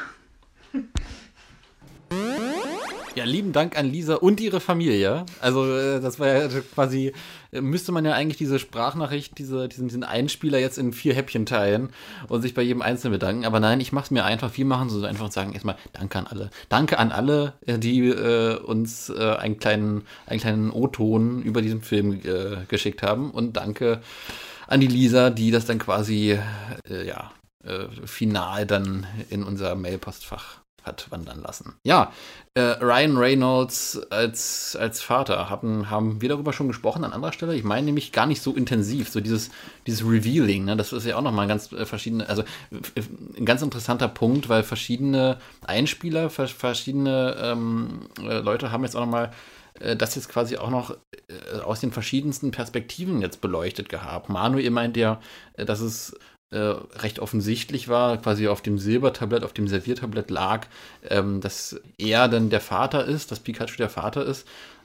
[SPEAKER 3] Ja, lieben Dank an Lisa und ihre Familie. Also äh, das war ja quasi, äh, müsste man ja eigentlich diese Sprachnachricht, diese, diesen, diesen Einspieler jetzt in vier Häppchen teilen und sich bei jedem Einzelnen bedanken. Aber nein, ich mache es mir einfach, wir machen so einfach und sagen erstmal Danke an alle. Danke an alle, äh, die äh, uns äh, einen kleinen, einen kleinen O-Ton über diesen Film äh, geschickt haben. Und danke an die Lisa, die das dann quasi, äh, ja, äh, final dann in unser Mailpostfach hat wandern lassen. Ja, äh, Ryan Reynolds als, als Vater, haben, haben wir darüber schon gesprochen an anderer Stelle? Ich meine nämlich gar nicht so intensiv, so dieses, dieses Revealing, ne? Das ist ja auch nochmal ein ganz äh, verschiedene, also äh, ein ganz interessanter Punkt, weil verschiedene Einspieler, vers- verschiedene ähm, äh, Leute haben jetzt auch nochmal äh, das jetzt quasi auch noch äh, aus den verschiedensten Perspektiven jetzt beleuchtet gehabt. Manuel meint ja, äh, dass es Äh, recht offensichtlich war, quasi auf dem Silbertablett, auf dem Serviertablett lag, ähm, dass er dann der Vater ist, dass Pikachu der Vater ist.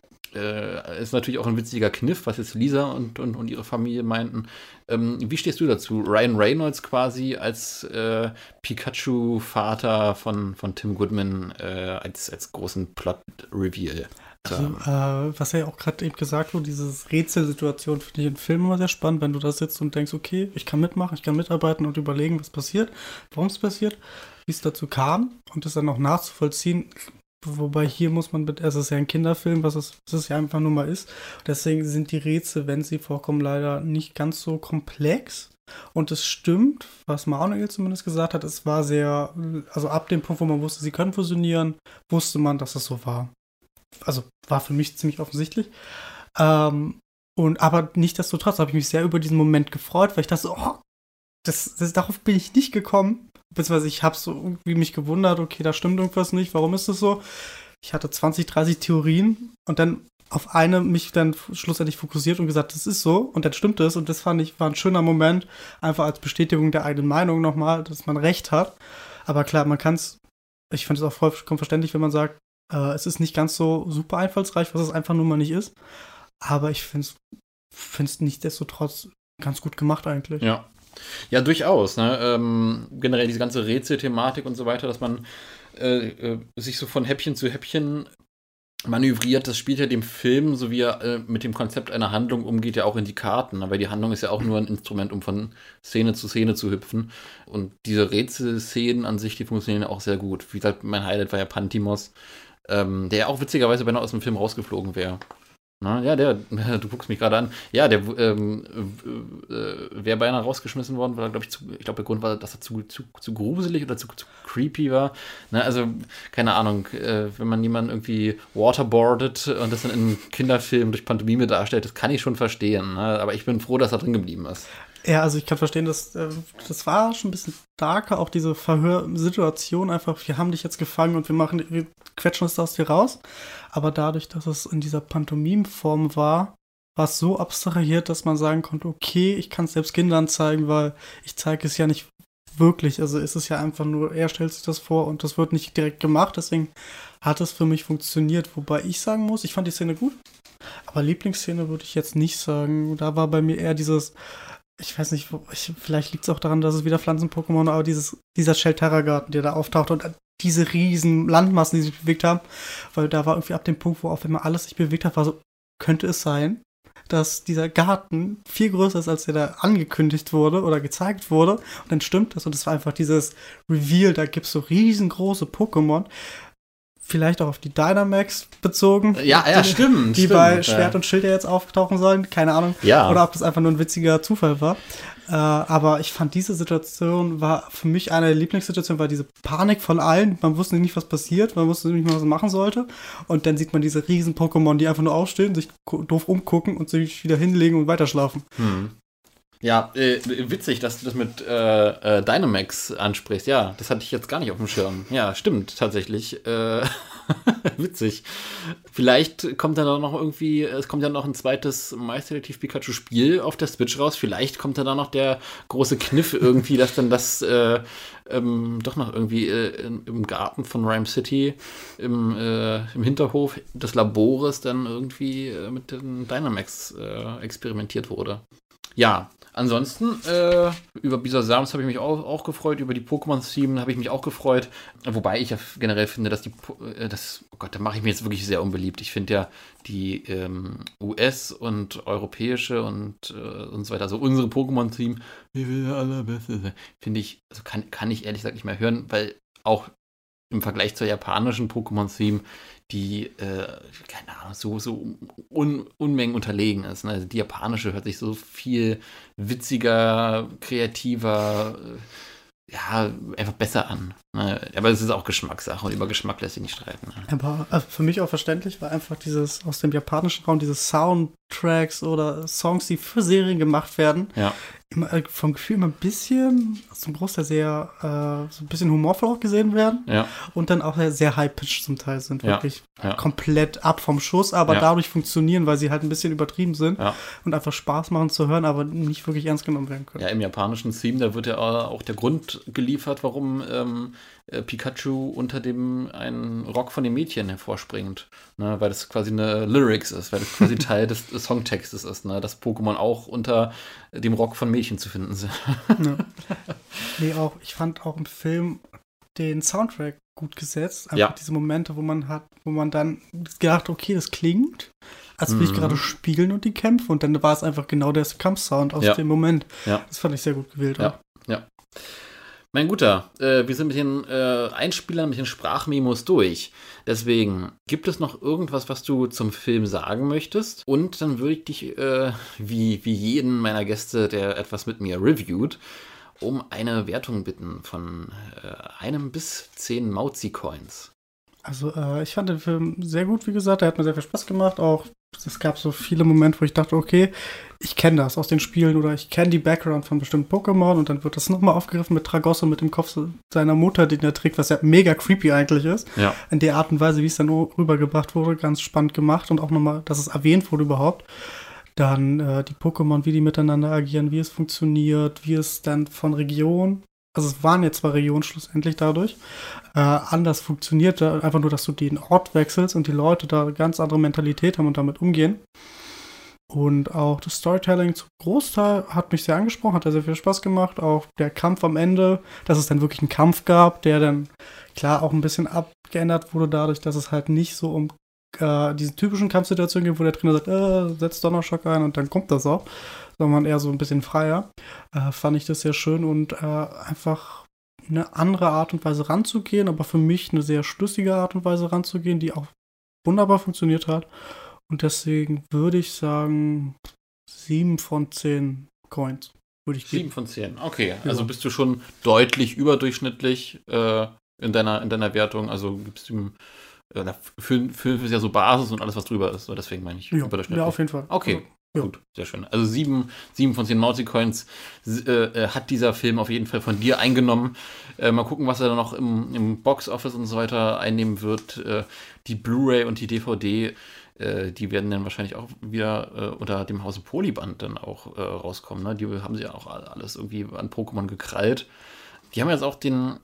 [SPEAKER 3] Äh, ist natürlich auch ein witziger Kniff, was jetzt Lisa und, und, und ihre Familie meinten. Ähm, wie stehst du dazu? Ryan Reynolds quasi als äh, Pikachu-Vater von, von Tim Goodman äh, als, als großen Plot-Reveal.
[SPEAKER 4] Also, äh, was ja auch gerade eben gesagt wurde, diese Rätselsituation finde ich in Filmen immer sehr spannend, wenn du da sitzt und denkst, okay, ich kann mitmachen, ich kann mitarbeiten und überlegen, was passiert, warum es passiert, wie es dazu kam und es dann auch nachzuvollziehen. Wobei hier muss man, es ist ja ein Kinderfilm, was es, was es ja einfach nur mal ist. Deswegen sind die Rätsel, wenn sie vorkommen, leider nicht ganz so komplex. Und es stimmt, was Manuel zumindest gesagt hat, es war sehr, also ab dem Punkt, wo man wusste, sie können fusionieren, wusste man, dass es so war. Also war für mich ziemlich offensichtlich. Ähm, und aber nichtsdestotrotz habe ich mich sehr über diesen Moment gefreut, weil ich dachte so, oh, das, das, darauf bin ich nicht gekommen. Beziehungsweise ich habe so irgendwie mich gewundert, okay, da stimmt irgendwas nicht, warum ist das so? Ich hatte zwanzig, dreißig Theorien und dann auf eine mich dann schlussendlich fokussiert und gesagt, das ist so und dann stimmt es und das fand ich, war ein schöner Moment, einfach als Bestätigung der eigenen Meinung nochmal, dass man recht hat. Aber klar, man kann es, ich finde es auch vollkommen verständlich, wenn man sagt, äh, es ist nicht ganz so super einfallsreich, was es einfach nur mal nicht ist. Aber ich finde es nichtsdestotrotz ganz gut gemacht eigentlich.
[SPEAKER 3] Ja. Ja, durchaus. Ne? Ähm, generell diese ganze Rätselthematik und so weiter, dass man äh, äh, sich so von Häppchen zu Häppchen manövriert, das spielt ja dem Film, so wie er äh, mit dem Konzept einer Handlung umgeht, ja auch in die Karten. Aber die Handlung ist ja auch nur ein Instrument, um von Szene zu Szene zu hüpfen. Und diese Rätselszenen an sich, die funktionieren ja auch sehr gut. Wie gesagt, mein Highlight war ja Pantimos, ähm, der ja auch witzigerweise beinahe aus dem Film rausgeflogen wäre. Na, ja, der, du guckst mich gerade an. Ja, der ähm, äh, wäre beinahe rausgeschmissen worden, weil er, glaube ich, zu, ich glaube, der Grund war, dass er zu, zu, zu gruselig oder zu, zu creepy war. Na, also, keine Ahnung, äh, wenn man jemanden irgendwie waterboardet und das dann in einem Kinderfilm durch Pantomime darstellt, das kann ich schon verstehen. Ne? Aber ich bin froh, dass er drin geblieben ist.
[SPEAKER 4] Ja, also ich kann verstehen, dass äh, das war schon ein bisschen darker, auch diese Verhörsituation einfach, wir haben dich jetzt gefangen und wir machen, wir quetschen es aus dir raus. Aber dadurch, dass es in dieser Pantomimform war, war es so abstrahiert, dass man sagen konnte, okay, ich kann es selbst Kindern zeigen, weil ich zeige es ja nicht wirklich. Also ist es ja einfach nur, er stellt sich das vor und das wird nicht direkt gemacht. Deswegen hat es für mich funktioniert. Wobei ich sagen muss, ich fand die Szene gut. Aber Lieblingsszene würde ich jetzt nicht sagen. Da war bei mir eher dieses, ich weiß nicht, ich, vielleicht liegt es auch daran, dass es wieder Pflanzen-Pokémon, aber dieses, dieser Shelterra-Garten, der da auftaucht und diese riesen Landmassen, die sich bewegt haben, weil da war irgendwie ab dem Punkt, wo auf einmal alles sich bewegt hat, war so, könnte es sein, dass dieser Garten viel größer ist, als der da angekündigt wurde oder gezeigt wurde und dann stimmt das und es war einfach dieses Reveal, da gibt es so riesengroße Pokémon. vielleicht auch auf die Dynamax bezogen.
[SPEAKER 3] Ja, ja,
[SPEAKER 4] die,
[SPEAKER 3] stimmt.
[SPEAKER 4] Die
[SPEAKER 3] stimmt,
[SPEAKER 4] bei
[SPEAKER 3] ja.
[SPEAKER 4] Schwert und Schild ja jetzt auftauchen sollen. Keine Ahnung.
[SPEAKER 3] Ja.
[SPEAKER 4] Oder ob das einfach nur ein witziger Zufall war. Äh, aber ich fand, diese Situation war für mich eine der Lieblingssituationen, weil diese Panik von allen, man wusste nicht, was passiert, man wusste nicht mehr, was man machen sollte. Und dann sieht man diese riesen Pokémon, die einfach nur aufstehen, sich doof umgucken und sich wieder hinlegen und weiterschlafen.
[SPEAKER 3] Hm. Ja, äh, witzig, dass du das mit äh, äh, Dynamax ansprichst. Ja, das hatte ich jetzt gar nicht auf dem Schirm. Ja, stimmt, tatsächlich. Äh, witzig. Vielleicht kommt dann noch irgendwie, es kommt ja noch ein zweites Meisterdetektiv Pikachu Spiel auf der Switch raus. Vielleicht kommt dann noch der große Kniff irgendwie, dass dann das äh, ähm, doch noch irgendwie äh, in, im Garten von Rhyme City, im, äh, im Hinterhof des Labores dann irgendwie äh, mit den Dynamax äh, experimentiert wurde. Ja, ansonsten, äh, über Bisasams habe ich mich auch, auch gefreut, über die Pokémon-Themen habe ich mich auch gefreut, wobei ich ja generell finde, dass die, äh, das, oh Gott, da mache ich mir jetzt wirklich sehr unbeliebt. Ich finde ja die ähm, U S- und europäische und, äh, und so weiter, also unsere Pokémon-Themen, wie will der allerbeste sein, finde ich, also kann, kann ich ehrlich gesagt nicht mehr hören, weil auch im Vergleich zur japanischen Pokémon-Theme die, äh, keine Ahnung, so, so un, Unmengen unterlegen ist. Ne? Also die japanische hört sich so viel witziger, kreativer, äh, ja, einfach besser an. Ne? Aber es ist auch Geschmackssache und über Geschmack lässt sich nicht streiten. Ne?
[SPEAKER 4] Aber also für mich auch verständlich war einfach dieses aus dem japanischen Raum, diese Soundtracks oder Songs, die für Serien gemacht werden.
[SPEAKER 3] Ja.
[SPEAKER 4] Immer, äh, vom Gefühl immer ein bisschen, zum Großteil sehr, äh, so ein bisschen humorvoll auch gesehen werden.
[SPEAKER 3] Ja.
[SPEAKER 4] Und dann auch sehr, sehr high-pitched zum Teil sind.
[SPEAKER 3] Ja.
[SPEAKER 4] Wirklich
[SPEAKER 3] Ja.
[SPEAKER 4] komplett ab vom Schuss, aber
[SPEAKER 3] Ja.
[SPEAKER 4] dadurch funktionieren, weil sie halt ein bisschen übertrieben sind
[SPEAKER 3] Ja.
[SPEAKER 4] und einfach Spaß machen zu hören, aber nicht wirklich ernst genommen werden können.
[SPEAKER 3] Ja, im japanischen Theme, da wird ja auch der Grund geliefert, warum ähm, äh, Pikachu unter dem einen Rock von dem Mädchen hervorspringt. Ne? Weil das quasi eine Lyrics ist, weil das quasi Teil des, des Songtextes ist, ne? Dass Pokémon auch unter dem Rock von Mädchen zu finden sind.
[SPEAKER 4] Ja. Nee, auch, ich fand auch im Film den Soundtrack gut gesetzt. Einfach
[SPEAKER 3] Ja.
[SPEAKER 4] diese Momente, wo man hat, wo man dann gedacht, okay, das klingt, als würde ich
[SPEAKER 3] Mhm.
[SPEAKER 4] gerade spielen und die kämpfen. Und dann war es einfach genau der Kampfsound aus
[SPEAKER 3] Ja.
[SPEAKER 4] dem Moment.
[SPEAKER 3] Ja.
[SPEAKER 4] Das fand ich sehr gut gewählt.
[SPEAKER 3] Ja, ja. Mein Guter, äh, wir sind mit den äh, Einspielern, mit den Sprachmemos durch. Deswegen, gibt es noch irgendwas, was du zum Film sagen möchtest? Und dann würde ich dich, äh, wie, wie jeden meiner Gäste, der etwas mit mir reviewt, um eine Wertung bitten von äh, einem bis zehn Mauzi-Coins.
[SPEAKER 4] Also äh, ich fand den Film sehr gut, wie gesagt. Der hat mir sehr viel Spaß gemacht. Auch es gab so viele Momente, wo ich dachte, okay, ich kenne das aus den Spielen oder ich kenne die Background von bestimmten Pokémon und dann wird das nochmal aufgegriffen mit Tragosso mit dem Kopf seiner Mutter, den er trägt, was ja mega creepy eigentlich ist.
[SPEAKER 3] Ja.
[SPEAKER 4] In der Art und Weise, wie es dann rübergebracht wurde, ganz spannend gemacht und auch nochmal, dass es erwähnt wurde überhaupt. Dann äh, die Pokémon, wie die miteinander agieren, wie es funktioniert, wie es dann von Region, also es waren jetzt zwar Regionen schlussendlich dadurch, äh, anders funktioniert, da einfach nur, dass du den Ort wechselst und die Leute da eine ganz andere Mentalität haben und damit umgehen. Und auch das Storytelling zum Großteil hat mich sehr angesprochen, hat sehr viel Spaß gemacht. Auch der Kampf am Ende, dass es dann wirklich einen Kampf gab, der dann klar auch ein bisschen abgeändert wurde dadurch, dass es halt nicht so um äh, diese typischen Kampfsituationen geht, wo der Trainer sagt, äh, setz Donnerschock ein und dann kommt das auch, sondern eher so ein bisschen freier. Äh, fand ich das sehr schön und äh, einfach eine andere Art und Weise ranzugehen, aber für mich eine sehr schlüssige Art und Weise ranzugehen, die auch wunderbar funktioniert hat. Und deswegen würde ich sagen, sieben von zehn Coins würde ich geben.
[SPEAKER 3] sieben von zehn, okay.
[SPEAKER 4] Ja.
[SPEAKER 3] Also bist du schon deutlich überdurchschnittlich äh, in, deiner, in deiner Wertung. Also gibst du ihm äh, fünf ist ja so Basis und alles, was drüber ist. So, deswegen meine ich
[SPEAKER 4] Ja,
[SPEAKER 3] überdurchschnittlich.
[SPEAKER 4] ja, auf jeden Fall.
[SPEAKER 3] Okay,
[SPEAKER 4] Ja.
[SPEAKER 3] gut, sehr schön. Also sieben, sieben von zehn Mauzi-Coins äh, hat dieser Film auf jeden Fall von dir eingenommen. Äh, mal gucken, was er dann noch im, im Box-Office und so weiter einnehmen wird. Äh, die Blu-ray und die D V D, äh, die werden dann wahrscheinlich auch wieder äh, unter dem Hause Polyband dann auch äh, rauskommen. Ne? Die haben sie ja auch alles irgendwie an Pokémon gekrallt. Die haben jetzt auch den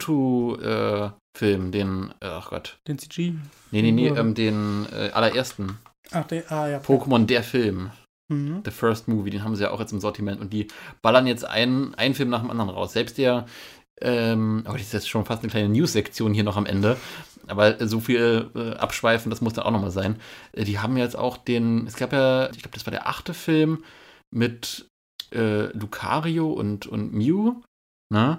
[SPEAKER 3] Mewtwo-Film, den, äh, ach Gott.
[SPEAKER 4] Den C G?
[SPEAKER 3] Nee, nee, nee,
[SPEAKER 4] Oder?
[SPEAKER 3] ähm, den äh, allerersten.
[SPEAKER 4] Ach, der, ah, ja.
[SPEAKER 3] Pokémon, der Film.
[SPEAKER 4] Mhm.
[SPEAKER 3] The First Movie, den haben sie ja auch jetzt im Sortiment und die ballern jetzt einen, einen Film nach dem anderen raus. Selbst der, ähm, oh, das ist jetzt schon fast eine kleine News-Sektion hier noch am Ende, aber so viel äh, abschweifen, das muss dann auch nochmal sein. Äh, die haben jetzt auch den, es gab ja, ich glaube, das war der achte Film mit äh, Lucario und, und Mew, ne?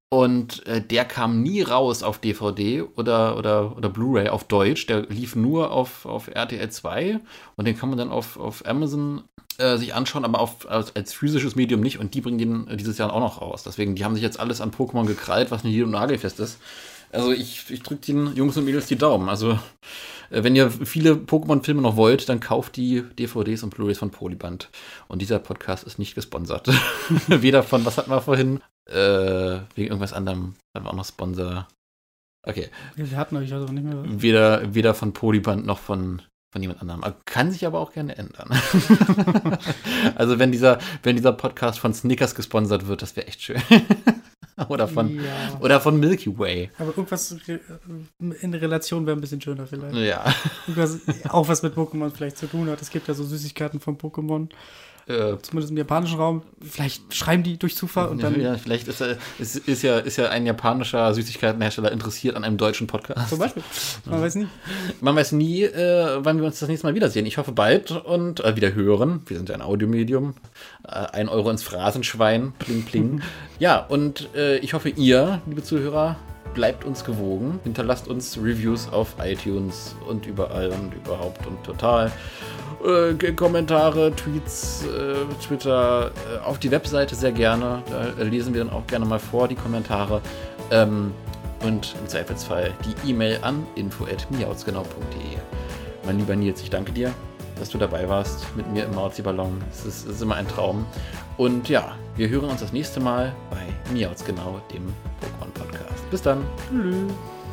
[SPEAKER 3] Und äh, der kam nie raus auf D V D oder, oder, oder Blu-ray auf Deutsch. Der lief nur auf, auf R T L zwei und den kann man dann auf, auf Amazon äh, sich anschauen, aber auf, als, als physisches Medium nicht. Und die bringen den äh, dieses Jahr auch noch raus. Deswegen, die haben sich jetzt alles an Pokémon gekrallt, was nicht hier und nagelfest ist. Also ich, ich drücke den Jungs und Mädels die Daumen. Also äh, wenn ihr viele Pokémon-Filme noch wollt, dann kauft die D V Ds und Blu-rays von Polyband. Und dieser Podcast ist nicht gesponsert. Weder von, was hatten wir vorhin? Äh, wegen irgendwas anderem. Hatten wir auch noch Sponsor. Okay.
[SPEAKER 4] Wir hatten euch also nicht mehr.
[SPEAKER 3] Weder, weder von Polyband noch von, von jemand anderem. Kann sich aber auch gerne ändern. Also wenn dieser, wenn dieser Podcast von Snickers gesponsert wird, das wäre echt schön. Oder von,
[SPEAKER 4] Ja.
[SPEAKER 3] oder von Milky Way.
[SPEAKER 4] Aber irgendwas in Relation wäre ein bisschen schöner vielleicht.
[SPEAKER 3] Ja.
[SPEAKER 4] Irgendwas, auch was mit Pokémon vielleicht zu tun hat. Es gibt ja so Süßigkeiten von Pokémon.
[SPEAKER 3] Äh,
[SPEAKER 4] Zumindest im japanischen Raum. Vielleicht schreiben die durch Zufall und dann.
[SPEAKER 3] Ja, vielleicht ist, er, ist, ist, ja, ist ja ein japanischer Süßigkeitenhersteller interessiert an einem deutschen Podcast.
[SPEAKER 4] Zum Beispiel. Man weiß nie.
[SPEAKER 3] Man weiß nie, äh, wann wir uns das nächste Mal wiedersehen. Ich hoffe bald und äh, wieder hören. Wir sind ja ein Audiomedium. Äh, ein Euro ins Phrasenschwein. Pling, pling. Ja, und äh, ich hoffe, ihr, liebe Zuhörer, bleibt uns gewogen. Hinterlasst uns Reviews auf iTunes und überall und überhaupt und total. Äh, Kommentare, Tweets, äh, Twitter, äh, auf die Webseite sehr gerne. Da lesen wir dann auch gerne mal vor, die Kommentare. Ähm, und im Zweifelsfall die E-Mail an info at miautsgenau punkt de. Mein lieber Nils, ich danke dir, dass du dabei warst mit mir im Mauzi-Ballon. Es ist, es ist immer ein Traum. Und ja, wir hören uns das nächste Mal bei Miautsgenau, dem Pokémon-Podcast. Bis dann. Tschüss.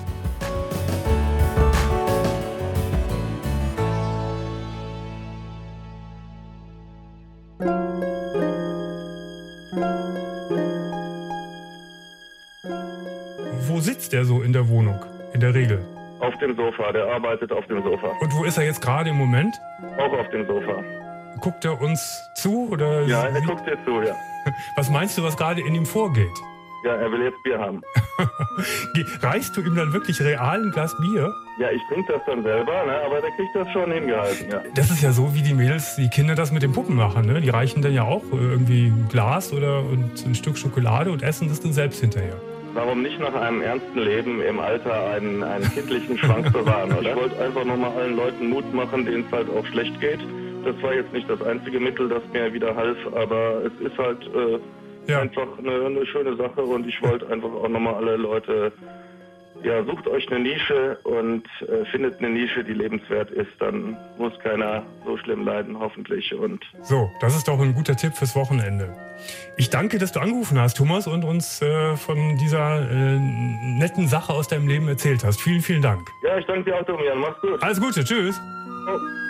[SPEAKER 2] Wo sitzt der so in der Wohnung, in der Regel?
[SPEAKER 1] Auf dem Sofa, der arbeitet auf dem Sofa.
[SPEAKER 2] Und wo ist er jetzt gerade im Moment?
[SPEAKER 1] Auch auf dem Sofa.
[SPEAKER 2] Guckt er uns zu? Oder
[SPEAKER 1] Ja, er guckt dir zu, ja.
[SPEAKER 2] Was meinst du, was gerade in ihm vorgeht?
[SPEAKER 1] Ja, er will jetzt Bier haben.
[SPEAKER 2] Ge- Reichst du ihm dann wirklich real ein Glas Bier?
[SPEAKER 1] Ja, ich trinke das dann selber, ne, aber der kriegt das schon hingehalten, ja.
[SPEAKER 2] Das ist ja so, wie die Mädels, die Kinder das mit den Puppen machen. Ne? Die reichen dann ja auch irgendwie ein Glas oder und ein Stück Schokolade und essen das dann selbst hinterher.
[SPEAKER 1] Warum nicht nach einem ernsten Leben im Alter einen, einen kindlichen Schwank bewahren, oder? Ich wollte einfach nochmal allen Leuten Mut machen, denen es halt auch schlecht geht. Das war jetzt nicht das einzige Mittel, das mir wieder half, aber es ist halt äh,
[SPEAKER 2] Ja.
[SPEAKER 1] einfach eine, eine schöne Sache und ich wollte einfach auch nochmal alle Leute, ja, sucht euch eine Nische und äh, findet eine Nische, die lebenswert ist, dann muss keiner so schlimm leiden, hoffentlich. Und
[SPEAKER 2] So, das ist doch ein guter Tipp fürs Wochenende. Ich danke, dass du angerufen hast, Thomas, und uns äh, von dieser äh, netten Sache aus deinem Leben erzählt hast. Vielen, vielen Dank.
[SPEAKER 1] ja, ich danke dir auch, Domian. Mach's gut.
[SPEAKER 2] Alles Gute, tschüss.
[SPEAKER 1] Ciao.